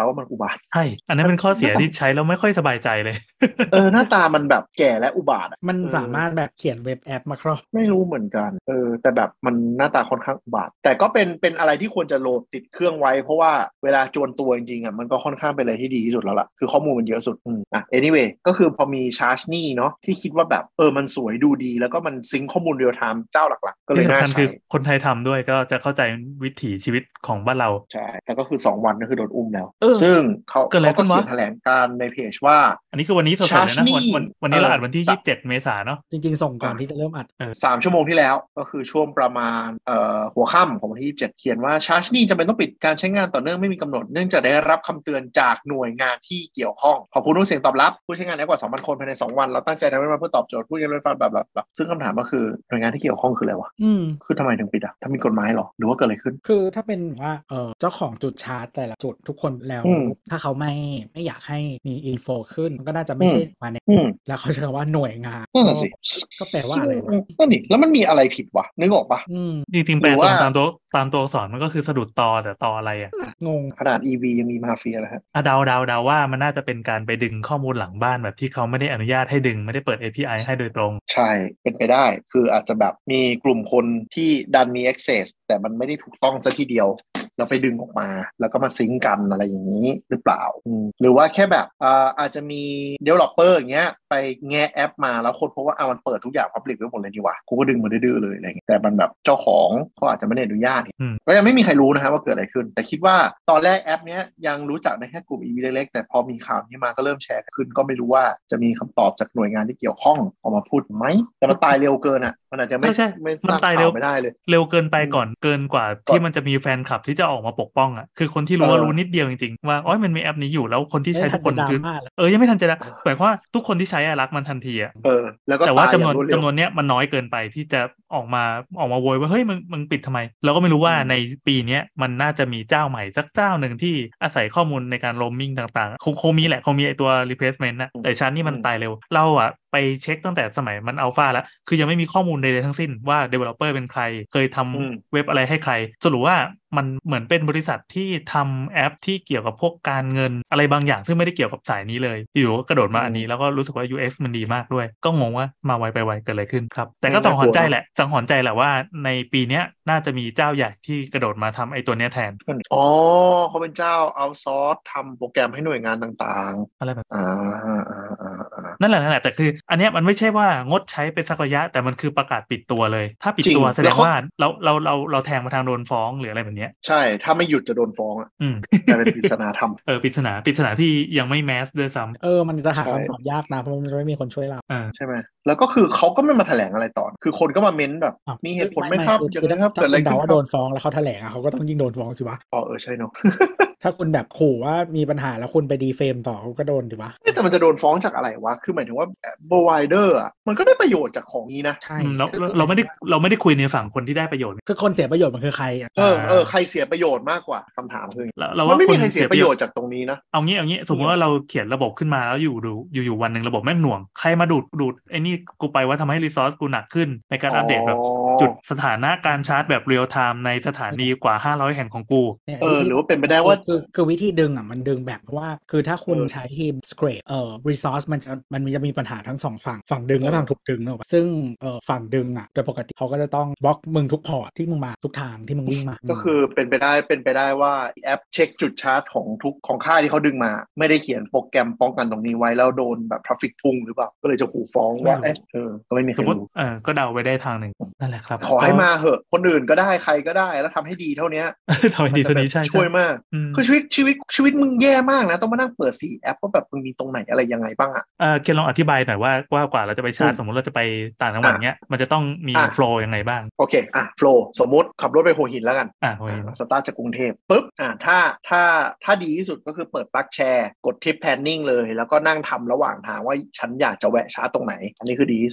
าทใช่อันนั้นเป็นข้อเสียที่ใช้แล้วไม่ค่อยสบายใจเลยหน้าตามันแบบแก่และอุบาทมันสามารถแบบเขียนเว็บแอปมาครอบไม่รู้เหมือนกันแต่แบบมันหน้าตาค่อนข้างอุบาทแต่ก็เป็นอะไรที่ควรจะโหลดติดเครื่องไว้เพราะว่าเวลาจวนตัวจริงๆอ่ะมันก็ค่อนข้างเป็นอะไรที่ดีที่สุดแล้วล่ะคือข้อมูลมันเยอะสุดanyway ก็คือพอมีชาร์จนี่เนาะที่คิดว่าแบบมันสวยดูดีแล้วก็มันซิงค์ข้อมูลเรียลไทม์เจ้าหลักๆก็เลยน่าใช้คือคนไทยทำด้วยก็จะเข้าใจวิถีชีวิตของบ้านเราใช่แต่ก็คือ2 วันก็คือโดนอุ้มแล้วซึ่งเขาก็เขียนแถลงการในเพจว่าอันนี้คือวันนี้สดๆเลยนะวันนี้เราอัดวันที่27 เมษายนเนาะจริงๆส่งก่อนที่จะเริ่มอัด 3 ชั่วโมงที่แล้วก็คือช่วงประมาณหัวค่ำของวันที่27เขียนว่าชาร์จนี่จำเป็นต้องปิดการใช้งานต่อเนื่องไม่มีกำหนดเนื่องจากได้รับคำเตือนจากหน่วยงานที่เกี่ยวข้องขอบคุณทุกเสียงตอบรับผู้ใช้งานแอปกว่า 2,000 คนภายใน2 วันเราตั้งใจทำให้มันเพื่อตอบโจทย์ผู้ใช้งานฟังแบบซึ่งคำถามก็คือหน่วยงานที่เกี่ยวข้องคืออะไรวะคือทำไมถึงปิดอ่ะถ้ามีกฎหมายหรอหรือว่าเกิดอะไรขึ้นคือถ้าเป็นว่าเจ้าของจุดชาร์จแต่ละจุดทุกคนแล้วถ้าเขาไม่อยากให้มีอินโฟขึ้นก็น่าจะไม่ใช่มาเนี่ยแล้วเขาใช้คำว่าหน่วยงานนั่นแหละสิก็แปลว่าอะไรวะนั่นนี่แล้วมันมีอะไรผิดวะนึกออกปะจริงๆแปลตามตัวอักษรมันก็คือสะดุดตอแต่ตออะไรอ่ะงงขนาด EV ยังมีมาเฟียแล้วฮะเดาว่ามันน่าจะเป็นการไปดึงข้อมูลหลังบ้านแบบที่เขาไม่ได้อนุญาตให้ดึงไม่ได้เปิด API ให้โดยตรงใช่เป็นไปได้คืออาจจะแบบมีกลุ่มคนที่ดันมี access แต่มันไม่ได้ถูกต้องซะทีเดียวแล้วไปดึงออกมาแล้วก็มาซิงก์กันอะไรอย่างนี้หรือเปล่าหรือว่าแค่แบบอาจจะมี developer อย่างเงี้ยไปแงะแอปมาแล้วคนพบว่ามันเปิดทุกอย่าง public ไว้หมดเลยดีวะกูก็ดึงมาดื้อๆเลยอะไรเงี้ยแต่มันแบบเจ้าของเขาอาจจะไม่ได้อนุญาตก็ยังไม่มีใครรู้นะครับว่าเกิดอะไรขึ้นแต่คิดว่าตอนแรกแอปเนี้ยยังรู้จักได้แค่กลุ่ม EV เล็กๆแต่พอมีข่าวนี้มาก็เริ่มแชร์ขึ้นก็ไม่รู้ว่าจะมีคำตอบจากหน่วยงานที่เกี่ยวข้องออกมาพูดไหมแต่มันตายเร็วเกินอ่ะมันอาจจะไม่สร้างข่าวไม่ได้เลยเร็วเกินไปก่อนเกินกว่าที่มันจะมีแฟนคลับที่จะออกมาปกป้องอ่ะคือคนที่รู้นิดเดียวจริงๆว่ามันมีแอปนี้อยู่แล้วคนที่ใช้ทุกคนคือยังไม่ทันจะหมายความว่าทุกคนที่ใช้รักมันทันทีอ่ะแล้วก็แต่ว่าจำนวนเนี้ยมันน้อยเกินไปที่จะออกมาโวยว่าเฮ้ยมึงปิดทำไมเราก็ไม่รู้ว่าในปีนี้มันน่าจะมีเจ้าใหม่สักเจ้าหนึ่งที่อาศัยข้อมูลในการโรมมิ่งต่างๆคงมีแหละคงมีไอตัว replacement นะแต่ชั้นนี่มันตายเร็วเราอ่ะไปเช็คตั้งแต่สมัยมันอัลฟาแล้วคือยังไม่มีข้อมูลใดๆทั้งสิ้นว่า developer เป็นใครเคยทำเว็บอะไรให้ใครสรุปว่ามันเหมือนเป็นบริษัทที่ทำแอปที่เกี่ยวกับพวกการเงินอะไรบางอย่างซึ่งไม่ได้เกี่ยวกับสายนี้เลยอยู่ก็กระโดดมาอันนี้แล้วก็รู้สึกว่า UX มันดีมากด้วยก็งงว่ามาไวไปไวเกิดอะไรขึ้นครับแต่ก็สังหรณ์ใจแหละว่าในปีนี้น่าจะมีเจ้าใหญ่ที่กระโดดมาทำไอ้ตัวเนี้ยแทนเขาเป็นเจ้าเอาซอร์สทำโปรแกรมให้หน่วยงานต่างๆอะไรแบบนั่นแหละแต่คืออันเนี้ยมันไม่ใช่ว่างดใช้ไปสักระยะแต่มันคือประกาศปิดตัวเลยถ้าปิดตัวแสดงว่าเราแทงมาทางโดนฟ้องหรืออะไรแบบเนี้ยใช่ถ้าไม่หยุดจะโดนฟ้องกลายเป็นปริศนาธรรมปริศนาที่ยังไม่แมสด้วยซ้ำมันจะหาคำตอบยากนะเพราะมันจะไม่มีคนช่วยเราใช่ไหมแล้วก็คือเขาก็ไม่มาแถลงอะไรต่อคือคนก็มาเม้นแบบมีเหตุผลไหมครับเกิดอะไรขึ้นว่าโดนฟ้องแล้วเขาแถลงเขาก็ต้องยิ่งโดนฟ้องสิวะใช่เนาะถ้าคุณแบบขู่ว่ามีปัญหาแล้วคุณไปดีเฟมต่อเขาก็โดนดิวะแต่มันจะโดนฟ้องจากอะไรวะคือหมายถึงว่าโปรไวเดอร์อ่ะมันก็ได้ประโยชน์จากของนี้นะใช่เราไม่ได้คุยในฝั่งคนที่ได้ประโยชน์คือคนเสียประโยชน์มันคือใครใครเสียประโยชน์มากกว่าคำถามคือเราว่าไม่มีใครเสียประโยชน์จากตรงนี้นะเอางี้สมมติว่าเราเขียนระบบขึ้นมาแล้วอยู่วันหนึ่งระบบแม่งหน่วงใครมาดูดไอ้นี่กูไปว่าทำให้รีซอสกูหนักขึ้นในการอัปเดตแบบจุดสถานะการชาร์จแบบเรียลไทม์ในสถานีกว่า500แห่งของกูหรือว่าเป็นไปได้ว่าคือวิธีดึงมันดึงแบบว่าคือถ้าคุณใช้ทีม scrape resource มันจะมีปัญหาทั้ง2ฝั่งดึงและฝั่งถูกดึงเนอะซึ่งฝั่งดึงโดยปกติเขาก็จะต้องบล็อกมึงทุกพอร์ตที่มึงมาทุกทางที่มึงวิ่งมาก็คือเป็นไปได้ว่าแอปเช็คจุดชาร์จของค่ายที่เขาดึงมาไม่ได้เขียนโปรแกรมป้องกันตรงนี้ไว้แล้วโดนแบบทราฟฟิกพุ่งหรือเปล่าก็เลยจะขู่ฟ้องว่าก็ไม่มีใครรู้ก็เดาไปได้ทางหนึ่งนั่นแหละครับขอให้มาเหอะคนอื่นก็ได้ใครก็ได้แล้วทำให้ดีเท่านี้ทำให้ดีเท่านี้ใช่ช่วยมากคือชีวิตมึงแย่มากนะต้องมานั่งเปิด4แอปว่าแบบมึงมีตรงไหนอะไรยังไงบ้างเคนลองอธิบายหน่อยว่ากว่าเราจะไปชาร์จสมมติเราจะไปต่างจังหวัดเงี้ยมันจะต้องมีโฟล์ยังไงบ้างโอเคโฟล์สมมติขับรถไปหัวหินแล้วกันสตาร์ทจากกรุงเทพปุ๊บถ้าดีที่สุดก็คือเปิดปลั๊กแชร์กดทริปแพลนนิ่งเลยแล้วก็นั่งทำระหว่างทางว่าฉันอยากจะแวะชาร์จตรงไหนอันนี้คือดีที่สุด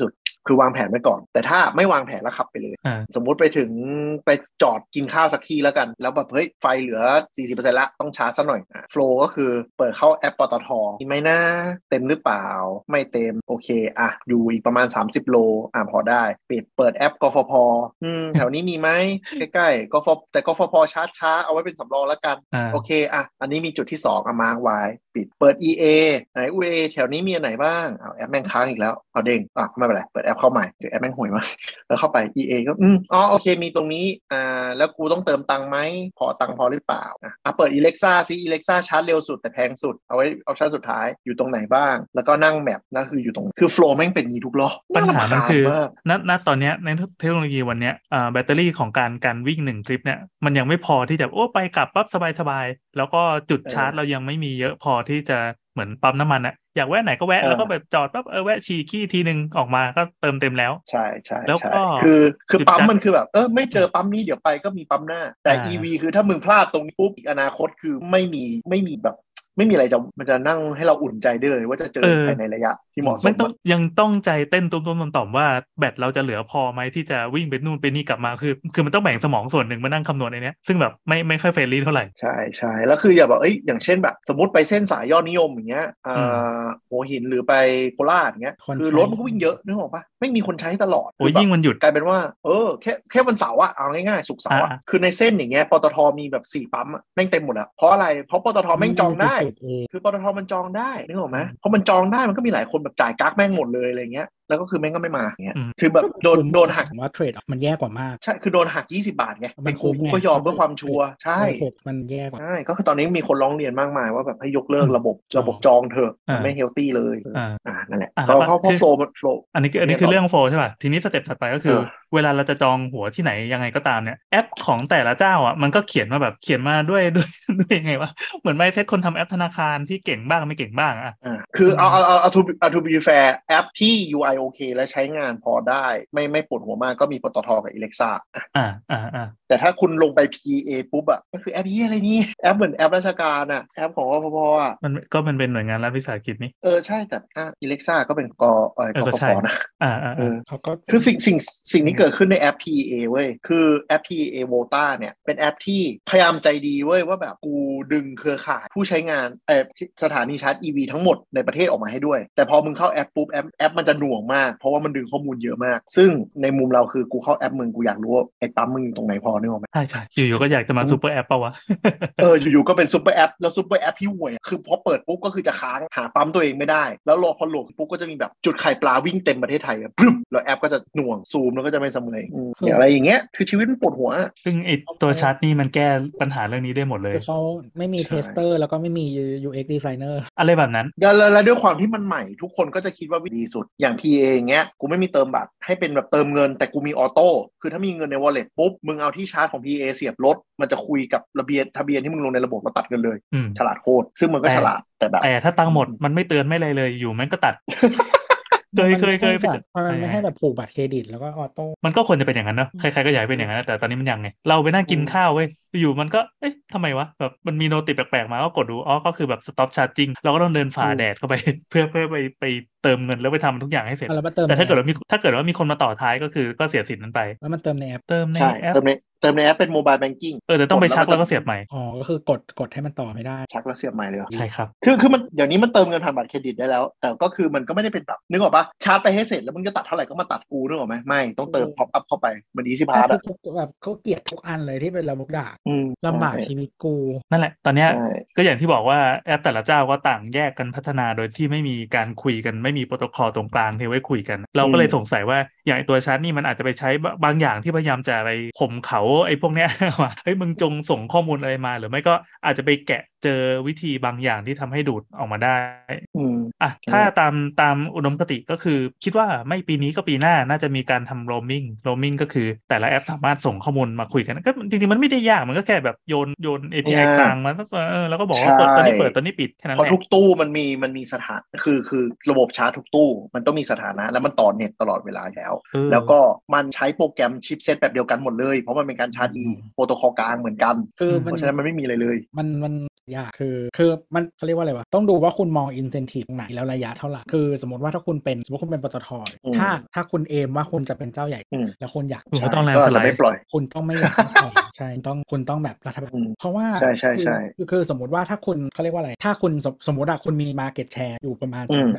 คือวางแผนไว้ก่อนแต่ถ้าไม่วางแผนแล้วขับไปเลยสมมุติไปถึงไปจอดกินข้าวสักทีแล้วกันแล้วแบบเฮ้ยไฟเหลือ 40% ละต้องชาร์จซะหน่อยโฟล์ก็คือเปิดเข้าแอปปตท.มีไหมนะเต็มหรือเปล่าไม่เต็มโอเคอยู่อีกประมาณ30 โลพอได้เปิดแอปกฟผ.แถวนี้มีไหมใกล้ๆกฟแต่กฟผ.ชาร์จช้าเอาไว้เป็นสำรองแล้วกันโอเคอันนี้มีจุดที่2มาร์คไว้ปิดเปิด EA ไหน EA แถวนี้มีอันไหนบ้างแอปแม่งค้างอีกแล้วเอาเด้งไม่เป็นไรเปิดแอปเข้าใหม่เดี๋ยวแอปแม่งห่วยมากแล้วเข้าไป EA ก็โอเคมีตรงนี้แล้วกูต้องเติมตังค์ไหมตังค์พอหรือเปล่าเปิด Alexa ซิ Alexa ชาร์จเร็วสุดแต่แพงสุดเอาไว้ออปชั่นสุดท้ายอยู่ตรงไหนบ้างแล้วก็นั่งแมปนั่นคืออยู่ตรงคือโฟล์แม่งเป็นงี้ทุกรอบปัญหามันคือณตอนนี้ในเทคโนโลยีวันนี้แบตเตอรี่ของการวิ่ง1 ทริปเนี่ยมันยังไม่พอที่จะไปกลับปั๊บสบายๆแล้วก็จุดชาร์จเรายังไม่มีเยอะพอที่จะเหมือนปั๊มน้ำมันอะอยากแวะไหนก็แวะแล้วก็แบบจอดปั๊บแวะฉี่ขี้ทีนึงออกมาก็เติมเต็มแล้วใช่ใช่แล้วก็คือปั๊มมันคือแบบไม่เจอปั๊มนี้เดี๋ยวไปก็มีปั๊มหน้าแต่ EV คือถ้ามึงพลาดตรงนี้ปุ๊บอีกอนาคตคือไม่มีแบบไม่มีอะไรมันจะนั่งให้เราอุ่นใจได้เลยว่าจะเจอภายในระยะที่เหมาะสมยังต้องใจเต้นตุ้มๆต่อมว่าแบตเราจะเหลือพอไหมที่จะวิ่งไปนู่นไปนี่กลับมาคือมันต้องแบ่งสมองส่วนหนึ่งมานั่งคำนวณในนี้ซึ่งแบบไม่ค่อยเฟรนลี่เท่าไหร่ใช่แล้วคืออย่าบอกอย่างเช่นแบบสมมติไปเส้นสายยอดนิยมอย่างเงี้ยหัวหินหรือไปโคราชอย่างเงี้ยคือรถมันก็วิ่งเยอะนึกออกปะไม่มีคนใช้ตลอดยิ่งมันหยุดกลายเป็นว่าแค่วันเสาร์เอาง่ายๆศุกร์เสาร์คือในเส้นอย่างเงี้ยปตทมีแบบ4 ปั๊มแม่งเต็มหมดแล้วเพราะอะไรเพราะปตทแม่งจองได้คือปตทมันจองได้นึกออกไหมเพราะมันจองได้มันก็มีหลายคนแบบจ่ายกั๊กแม่งหมดเลยอะไรเงี้ยแล้วก็คือแม่งก็ไม่มาเงี้ยคือแบบโดนหักว่าเทรดมันแย่กว่ามากใช่คือโดนหัก20 บาทไงเป็นกูก็ยอมเพื่อความชัวร์ใช่มันแย่กว่าใช่ก็คือตอนนี้มีคนร้องเรียนมากมายว่าแบบให้ยกเลิกระบบจองเถอะไม่เฮลตี้เลยนั่นแหละเพราะโฟล์อันนี้คือเรื่องโฟล์ใช่ป่ะทีนี้สเต็ปถัดไปก็คือเวลาเราจะจองหัวที่ไหนยังไงก็ตามเนี่ยแอปของแต่ละเจ้ามันก็เขียนมาด้วยยังไงวะเหมือนไม่เซ็ตคนทำแอปธนาคารที่เก่งบ้างไม่เก่งบ้างคือเอาto be fair แอปที่ UI โอเคและใช้งานพอได้ไม่ปวดหัวมากก็มีปตทกับ Alexa แต่ถ้าคุณลงไป PA ปุ๊บก็คือแอปอะไรนี่แอปเหมือนแอปราชการแอปของกฟผมันเป็นหน่วยงานรัฐวิสาหกิจนี่ใช่แต่Alexa ก็เป็นกฟผนะเขาก็คือสิ่งนี้เกิดขึ้นในแอป PA เว้ยคือแอป PA Volta เนี่ยเป็นแอปที่พยายามใจดีเว้ยว่าแบบกูดึงเครือข่ายผู้ใช้งานสถานีชาร์จ EV ทั้งหมดในประเทศออกมาให้ด้วยแต่พอมึงเข้าแอปปุ๊บแอปมันจะหน่วงมากเพราะว่ามันดึงข้อมูลเยอะมากซึ่งในมุมเราคือกูเข้าแอปมึงกูอยากรู้ว่าไอ้ปั๊มมึงอยู่ตรงไหนพอนึกออกไหมใช่อยู่ๆก็อยากจะมาซุปเปอร์แอปป่าวะอยู่ๆก็เป็นซุปเปอร์แอปแล้วซุปเปอร์แอปที่ห่วยคือพอเปิดปุ๊บก็คือจะค้างหาปั๊มตัวเองไม่ได้แล้วรอพอโหลดปุ๊บก็จะมีแบบจุดไข่ปลาวิ่งเต็มประเทศไทยปึ๊บแล้วแอปก็จะหน่วงซูมแล้วก็จะไม่เสมออะไรอย่างเงี้ยคือชีวิตมันปวดหัวซึ่งไอตัวชาร์จนี่มันแก้ปัญหาเรื่องนี้ได้หมดเลยเขาไม่มีเทสเตอร์แล้วก็ไม่มี UX designer อะไรแบบนั้นแล้วด้วยความที่มันใหม่ทุกคนก็จะคิดว่าดีสุดอย่าง PA อย่างเงี้ยกูไม่มีเติมบัตรให้เป็นแบบเติมเงินแต่กูมีออโต้คือถ้ามีเงินใน wallet ปุ๊บมึงเอาที่ชาร์จของ PA เสียบรถมันจะคุยกับทะเบียนที่มึงลงในระบบแล้วตัดเงินเลยฉลาดโคตรซึ่งมันก็ฉลาดแต่แบบถ้าตังหมดมันไม่เตือนไม่อะไรเลยอยู่มันก็ตัดเคยมันไม่ให้แบบผูกบัตรเครดิตแล้วก็ออโต้มันก็ควรจะเป็นอย่างนั้นเนาะใครๆก็อยากเป็นอย่างนั้นแต่ตอนนี้มันยังไงเราไปนั่งกินข้าวเว้ยอยู่มันก็ทำไมวะแบบมันมีโนติแปลกๆมาก็กดดูก็คือแบบ stop charging เราก็ต้องเดินฝ่าแดดเข้าไปเพื่อไปเติมเงินแล้วไปทำทุกอย่างให้เสร็จแต่ถ้าเกิดว่ามีคนมาต่อท้ายก็คือก็เสียสิทธิ์นั้นไปแล้วมันเติมในแอปเติมในแอปเป็นโมบายแบงกิ้งแต่ต้องไปชักแล้วก็เสียบใหม่ก็คือกดให้มันต่อไม่ได้ชักแล้วเสียบใหม่เลยใช่ครับคือมันเดี๋ยวนี้มันเติมเงินผ่านบัตรเครดิตได้แล้วแต่ก็คือมันก็ไม่ได้เป็นแบบนึกออกปะชาร์จไปให้เสร็จแล้วมึงจะตัดเท่าไหร่ก็มาตัดกูนึกออกไหมไม่ต้องเติมพ็อปอัพเข้าไปเหมือนอีซี่พาสแบบเขาเกลียดทุกอันเลยที่เป็นระบบด่าลำบากชีวิตกูนั่นแหละตอนนี้ก็อย่างที่บอกว่าแอปแต่ละเจ้าก็ต่างแยกกันพัฒนาโดยที่ไม่มีการคุยกันไม่มีโปรโตคอลตรงกลางที่ไว้คุยกันเราก็เลยสงสัยว่าอย่างตัวชาร์จนี่มันอาจจะไปใช้บางอย่างที่พยายามจะไปข่มเขาไอ้พวกเนี้ยว่าเฮ้ยมึงจงส่งข้อมูลอะไรมาหรือไม่ก็อาจจะไปแกะเจอวิธีบางอย่างที่ทำให้ดูดออกมาได้ถ้าตามอุดมคติก็คือคิดว่าไม่ปีนี้ก็ปีหน้าน่าจะมีการทำโรมมิ่งก็คือแต่ละแอปสามารถส่งข้อมูลมาคุยกันก็จริงๆมันไม่ได้ยากมันก็แค่แบบโยน API กลางมาแล้วก็บอกว่าเปิดตอนนี้เปิดตอนนี้ปิดแค่นั้นแหละเพราะทุกตู้มันมีสถานะคือระบบชาร์จทุกตู้มันต้องมีสถานะแล้วมันต่อเน็ตตลอดเวลาแล้วก็มันใช้โปรแกรมชิปเซตแบบเดียวกันหมดเลยเพราะมันเป็นการชาร์จโปรโตคอลกลางเหมือนกันเพราะฉะนั้นมันไม่มีอะไรเลยมันอย่างคือมันเขาเรียกว่าอะไรวะต้องดูว่าคุณมอง incentive ตรงไหนแล้วระยะเท่าไหร่คือสมมติว่าถ้าคุณเป็นปตท.ถ้าคุณเอมว่าคุณจะเป็นเจ้าใหญ่แล้วคุณอยากคุณก็ต้องแลนก็สไลจะไม่ปล่อยคุณต้องไม่อยากปล่อยใช่คุณต้องแบบรัฐบาลเพราะว่าใช่คือสมมติว่าถ้าคุณเขาเรียกว่าอะไรถ้าคุณสมมติว่าคุณมี market share อยู่ประมาณแบบ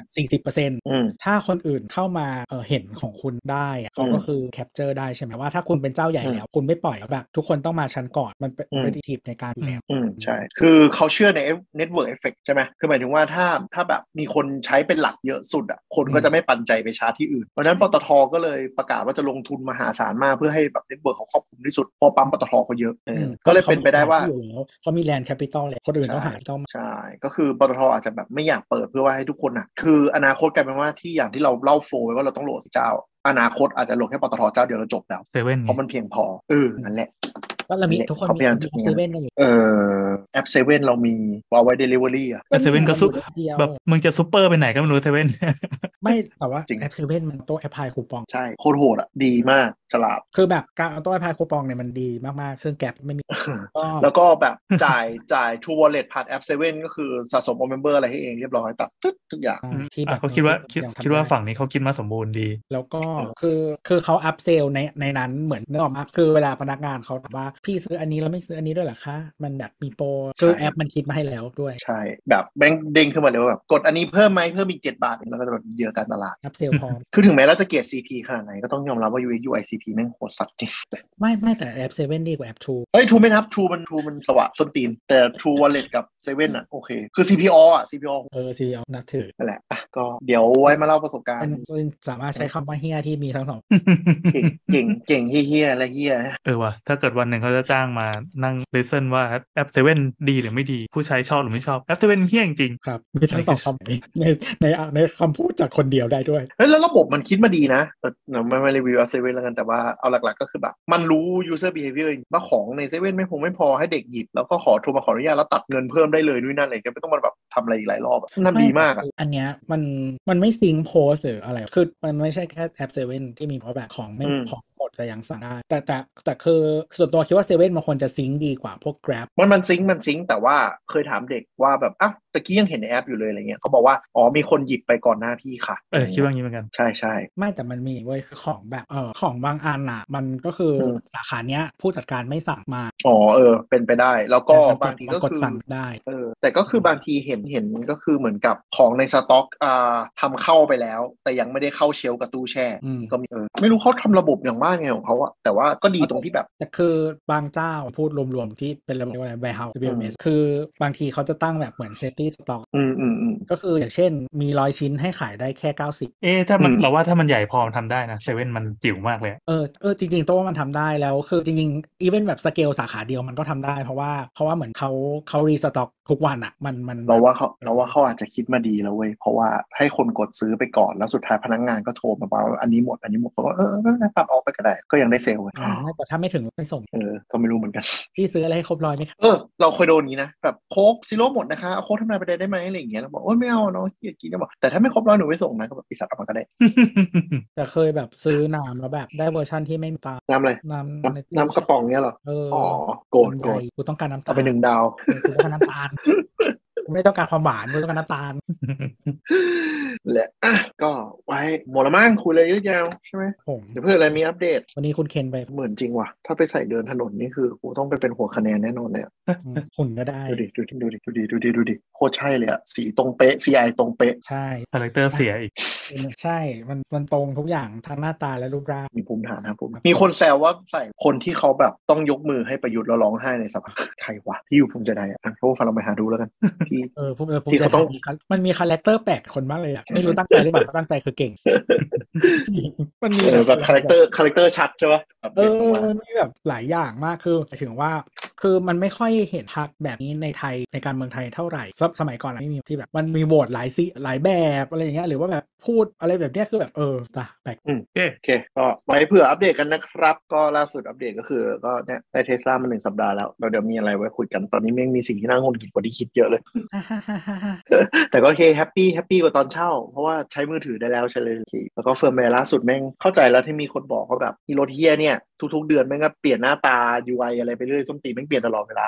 40%ถ้าคนอื่นเข้ามาเห็นของคุณได้เขาก็คือ capture ได้ใช่ไหมว่าถ้าคุณเป็นเจ้าใหญ่แล้วคุณไม่ปล่อยแล้วแบบทุกคนต้องมาชั้นก่อนมันเป็น competitive ในการอยู่แล้วใช่คือเขาเชื่อใน network effect ใช่ไหมคือหมายถึงว่าถ้าแบบมีคนใช้เป็นหลักเยอะสุดอ่ะคนก็จะไม่ปันใจไปชาร์จที่อื่นเพราะนั้นปตท.ก็เลยประกาศว่าจะลงทุนมหาศาลมากเพื่อให้แบบ network เขาครอบคลุมที่สุดเพราะปั๊มปตท.เขาเยอะก็เลยเป็นไปได้ว่าเขามี land capital เลยคนอื่นต้องหาต้องใช่ก็คือปตท.อาจจะแบบไม่อยากเปิดเพื่อว่าให้ทุกคนอ่ะคืออนาคตกลายเป็นว่าที่อย่างที่เราเล่าโฟไว้ว่าเราต้องโหลดเจ้าอนาคตอาจจะโหลดแค่ปตท.เจ้าเดียวแล้วจบแล้วเพราะมันเพียงพอนั่นแหละก็เรามีทุกคนมีแอปเซเว่นกันอยู่แอปเซเว่นเรามีวางไว้ delivery อ่ะเซเว่นก็ซุปแบบมึงจะซุปเปอร์ไปไหนก็ไม่รู้เซเว่นไม่แต่ว่าแอปเซเว่นมันตัวแอปพลายคูปองใช่โคตรโหดอ่ะดีมากฉลาดคือแบบการเอาตัวแอปพลายคูปองเนี่ยมันดีมากๆซึ่งแกร็บไม่มีแล้วก็แบบจ่าย True Wallet ผ่านแอปเซเว่นก็คือสะสม member อะไรให้เองเรียบร้อยตัดทุกอย่างที่แบบเขาคิดว่าฝั่งนี้เขาคิดมาสมบูรณ์ดีแล้วก็คือเขาอัพเซลในนั้นเหมือนนึกออกมาคือเวลาพนักงานเขาถามว่าพี่ซื้ออันนี้แล้วไม่ซื้ออันนี้ด้วยเหรอคะมันแบบมีโปรคือแอปมันคิดมาให้แล้วด้วยใช่แบบแบงค์เด้งขึ้นมาเลยว่าแบบกดอันนี้เพิ่มไหมเพิ่มอีก7 บาทแล้วก็จะแบบเยอะการตลาดอัพเซลพร้อมคือถึงแม้เราจะเกลียด CP ขนาดไหนก็ต้องยอมรับว่า UX UI CP แม่งโหดสัตว์จริงไม่แต่แอปเซเว่นดีกว่าแอป True True ไม่นับ True มันสวะส้นตีนแต่ True Wallet กับเซเว่นอ่ะโอเคคือ CPO อ่ะ CPO CPO นับถือนั่นแหละอ่ะก็เดี๋ยวไว้มาเล่าประสบการณ์สามารถใช้คำว่าเฮียที่มีทั้งสองเก่งเฮียและเฮียว่ะถ้าเกิดวันหนึ่งเขาจะจ้างมานั่งเลเซนว่าแอปเซเว่นดีหรือไม่ดีผู้ใช้ชอบหรือไม่ชอบแอปเซเว่นเฮี้ยจริงครับมีทั้งสองคำในคำพูดจากคนเดียวได้ด้วยแล้วระบบมันคิดมาดีนะไม่รีวิวแอปเซเว่นแล้วกันแต่ว่าเอาหลักๆก็คือแบบมันรู้ user behavior ว่าของในเซเว่นไม่พอให้เด็กหยิบแล้วก็โทรมาขออนุญาตแล้วตัดเงินเพิ่มได้เลยด้วยนั่นอะไรก็ไม่ต้องมาแบบทำอะไรอีกหลายรอบนั่นดีมากอ่ะอันเนี้ยมันไม่ซิงโพสหรืออะไรคือมันไม่ใช่แค่แอปเซเว่นที่มีเพราะแบบของไม่ของหมดแต่ยังสั่งได้แต่คือส่วนตัวคิดว่าเซเว่นมันควรจะซิงดีกว่าพวก Grab มันซิงแต่ว่าเคยถามเด็กว่าแบบอ่ะตะกี้ยังเห็นในแอปอยู่เลยอะไรเงี้ยเขาบอกว่าอ๋อมีคนหยิบไปก่อนหน้าพี่ค่ะคิดว่างี้เหมือนกันใช่ไม่แต่มันมีเว้ยคือของแบบของบางอันอ่ะมันก็คือสาขาเนี้ยผู้จัดการไม่สั่งมาอ๋อเป็นไปได้แล้วก็บางทีก็คือสั่งได้แต่ก็คือบางทีเห็นก็คือเหมือนกับของในสต็อกทำเข้าไปแล้วแต่ยังไม่ได้เข้าเชลฟ์กับตู้แช่ก็มีไม่รู้เขาทำระบบอย่างมากไงของเขาอะแต่ว่าก็ดีตรงที่แบบแต่คือบางเจ้าพูดรวมๆที่เป็นระบบอะไร warehouse WMS คือบางทีเขาจะตั้งแบบเหมือน safety stock ก็คืออย่างเช่นมี100 ชิ้นให้ขายได้แค่90 ถ้ามันเราว่าถ้ามันใหญ่พอมันทำได้นะเซเว่นมันจิ๋วมากเลยจริงๆตัวว่ามันทำได้แล้วคือจริงๆอีเวนต์แบบสเกลสาขาเดียวมันก็ทำได้เพราะว่าเหมือนเขารีสต็อกทุกวันอ่ะมันเราว่าเขาอาจจะคิดมาดีแล้วเว้ยเพราะว่าให้คนกดซื้อไปก่อนแล้วสุดท้ายพนักงานก็โทรมาบอกว่าอันนี้หมดก็ตัดออกไปก็ได้ก็ยังได้เซลล์แต่ถ้าไม่ถึงไม่ส่งก็ไม่รู้เหมือนกันพี่ซื้ออะไรให้ครบ100ไหมครับเราเคยโดนนี้นะแบบโค้กซีโร่หมดนะคะเอาโค้กทำลายไปได้ไหมอะไรอย่างเงี้ยเราบอกไม่เอาเนาะเกียกินก็บอกแต่ถ้าไม่ครบ100หนูไม่ส่งนะก็แบบอิสระมาก็ได้แต่เคยแบบซื้อน้ำแล้วแบบได้เวอร์ชันที่ไม่มีตาน้ำอะไรน้ำกระป๋องเนี้ยเหรอโกรธกูต้องการน้ำตาลเอาไป1 ดาวกูต้องการน้ำตาลไม่ต้องการความหวานไม่ต้องการน้ำตาลแหละก็ไว้หมดละมั้งคุยเลยยืดยาวใช่ไหมเดี๋ยวเพื่ออะไรมีอัปเดตวันนี้คุณเคนไปเหมือนจริงว่ะถ้าไปใส่เดินถนนนี่คือกูต้องไปเป็นหัวคะแนนแน่นอนเลยหุ่นก็ได้ดูดิโคตรใช่เลยอ่ะสีตรงเป๊ะ CI ตรงเป๊ะใช่คาแรคเตอร์เสียอีกใช่มันตรงทุกอย่างทั้งหน้าตาและรูปร่างมีภูมิฐานนะมีคนแซวว่าใส่คนที่เขาแบบต้องยกมือให้ประยุทธ์แล้วร้องไห้ในสภาใครวะที่อยู่ภูมิใจไทยเพราะว่าฟังเราไปหาดูแล้วกันที่เขาต้องมันมีคาแรคเตอร์แปลกคนมากเลยอ่ะไม่รู้ตั้งใจหรือเปล่าตั้งใจคือเก่งมันมีแบบคาแรคเตอร์ชัดใช่ปะมันมีแบบหลายอย่างมากคือถึงว่าคือมันไม่ค่อยเห็นทักแบบนี้ในไทยในการเมืองไทยเท่าไหร่สมัยก่อนไม่มีที่แบบมันมีโหวตหลายแบบอะไรอย่างเงี้ยหรือว่าแบบพูดอะไรแบบเนี้ยคือแบบจ้ะแปลกโอเคก็ไว้เผื่ออัปเดตกันนะครับก็ล่าสุดอัปเดตก็คือก็เนี่ยได้เทสลามา1 สัปดาห์แล้วเราเดี๋ยวมีอะไรไว้คุยกันตอนนี้มีสิ่งที่น่างงกินกว่าที่คิดเยอะเลยแต่ก็โอเคแฮปปี้กว่าตอนเช่าเพราะว่าใช้มือถือได้แล้วใช่เลยแล้วก็เฟิร์มแวร์ล่าสุดแม่งเข้าใจแล้วที่มีคนบอกว่าแบบอีโรเทียเนี่ยทุกๆเดือนแม่งก็เปลี่ยนหน้าตา UI อะไรไปเรื่อยส้มตีแม่งเปลี่ยนตลอดเวลาพ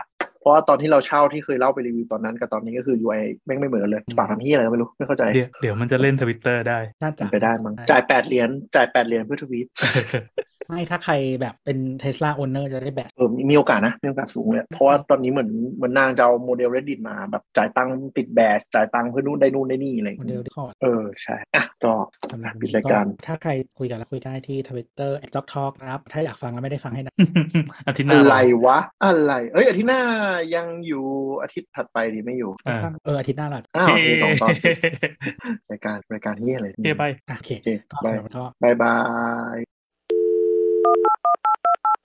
ราะว่าตอนที่เราเช่าที่เคยเล่าไปรีวิวตอนนั้นกับตอนนี้ก็คือ UI แม่งไม่เหมือนเลยปากทำเหี้ยอะไรก็ไม่รู้ไม่เข้าใจเดี๋ยวมันจะเล่น Twitter ได้น่าจะไปได้มั้งจ่าย8 เหรียญเพื่อทวีตไม่ถ้าใครแบบเป็น Tesla Owner จะได้แบบมีโอกาสนะมีโอกาสสูงเลยเพราะว่าตอนนี้เหมือนนางจะเอาโมเดล Reddit มาแบบจ่ายตังค์ติดแบตจ่ายตังค์เพื่อนู่นได้นี่อะไรโมเดล Discord ใช่ก็สำหรับปิดรายการถ้าใครคุยกันแล้วคุยได้ที่ Twitter @jocktalk นะครับถ้าอยากฟังแล้วไม่ได้ฟังให้นะอาทิตย์หน้าอะไรวะอะไรอาทิตย์หน้ายังอยู่อาทิตย์ถัดไปดีไม่อยู่อาทิตย์หน้าล่ะโอเค2 ตอนรายการที่อะไรโอเคไปโอเคก็สำหรับก็บาย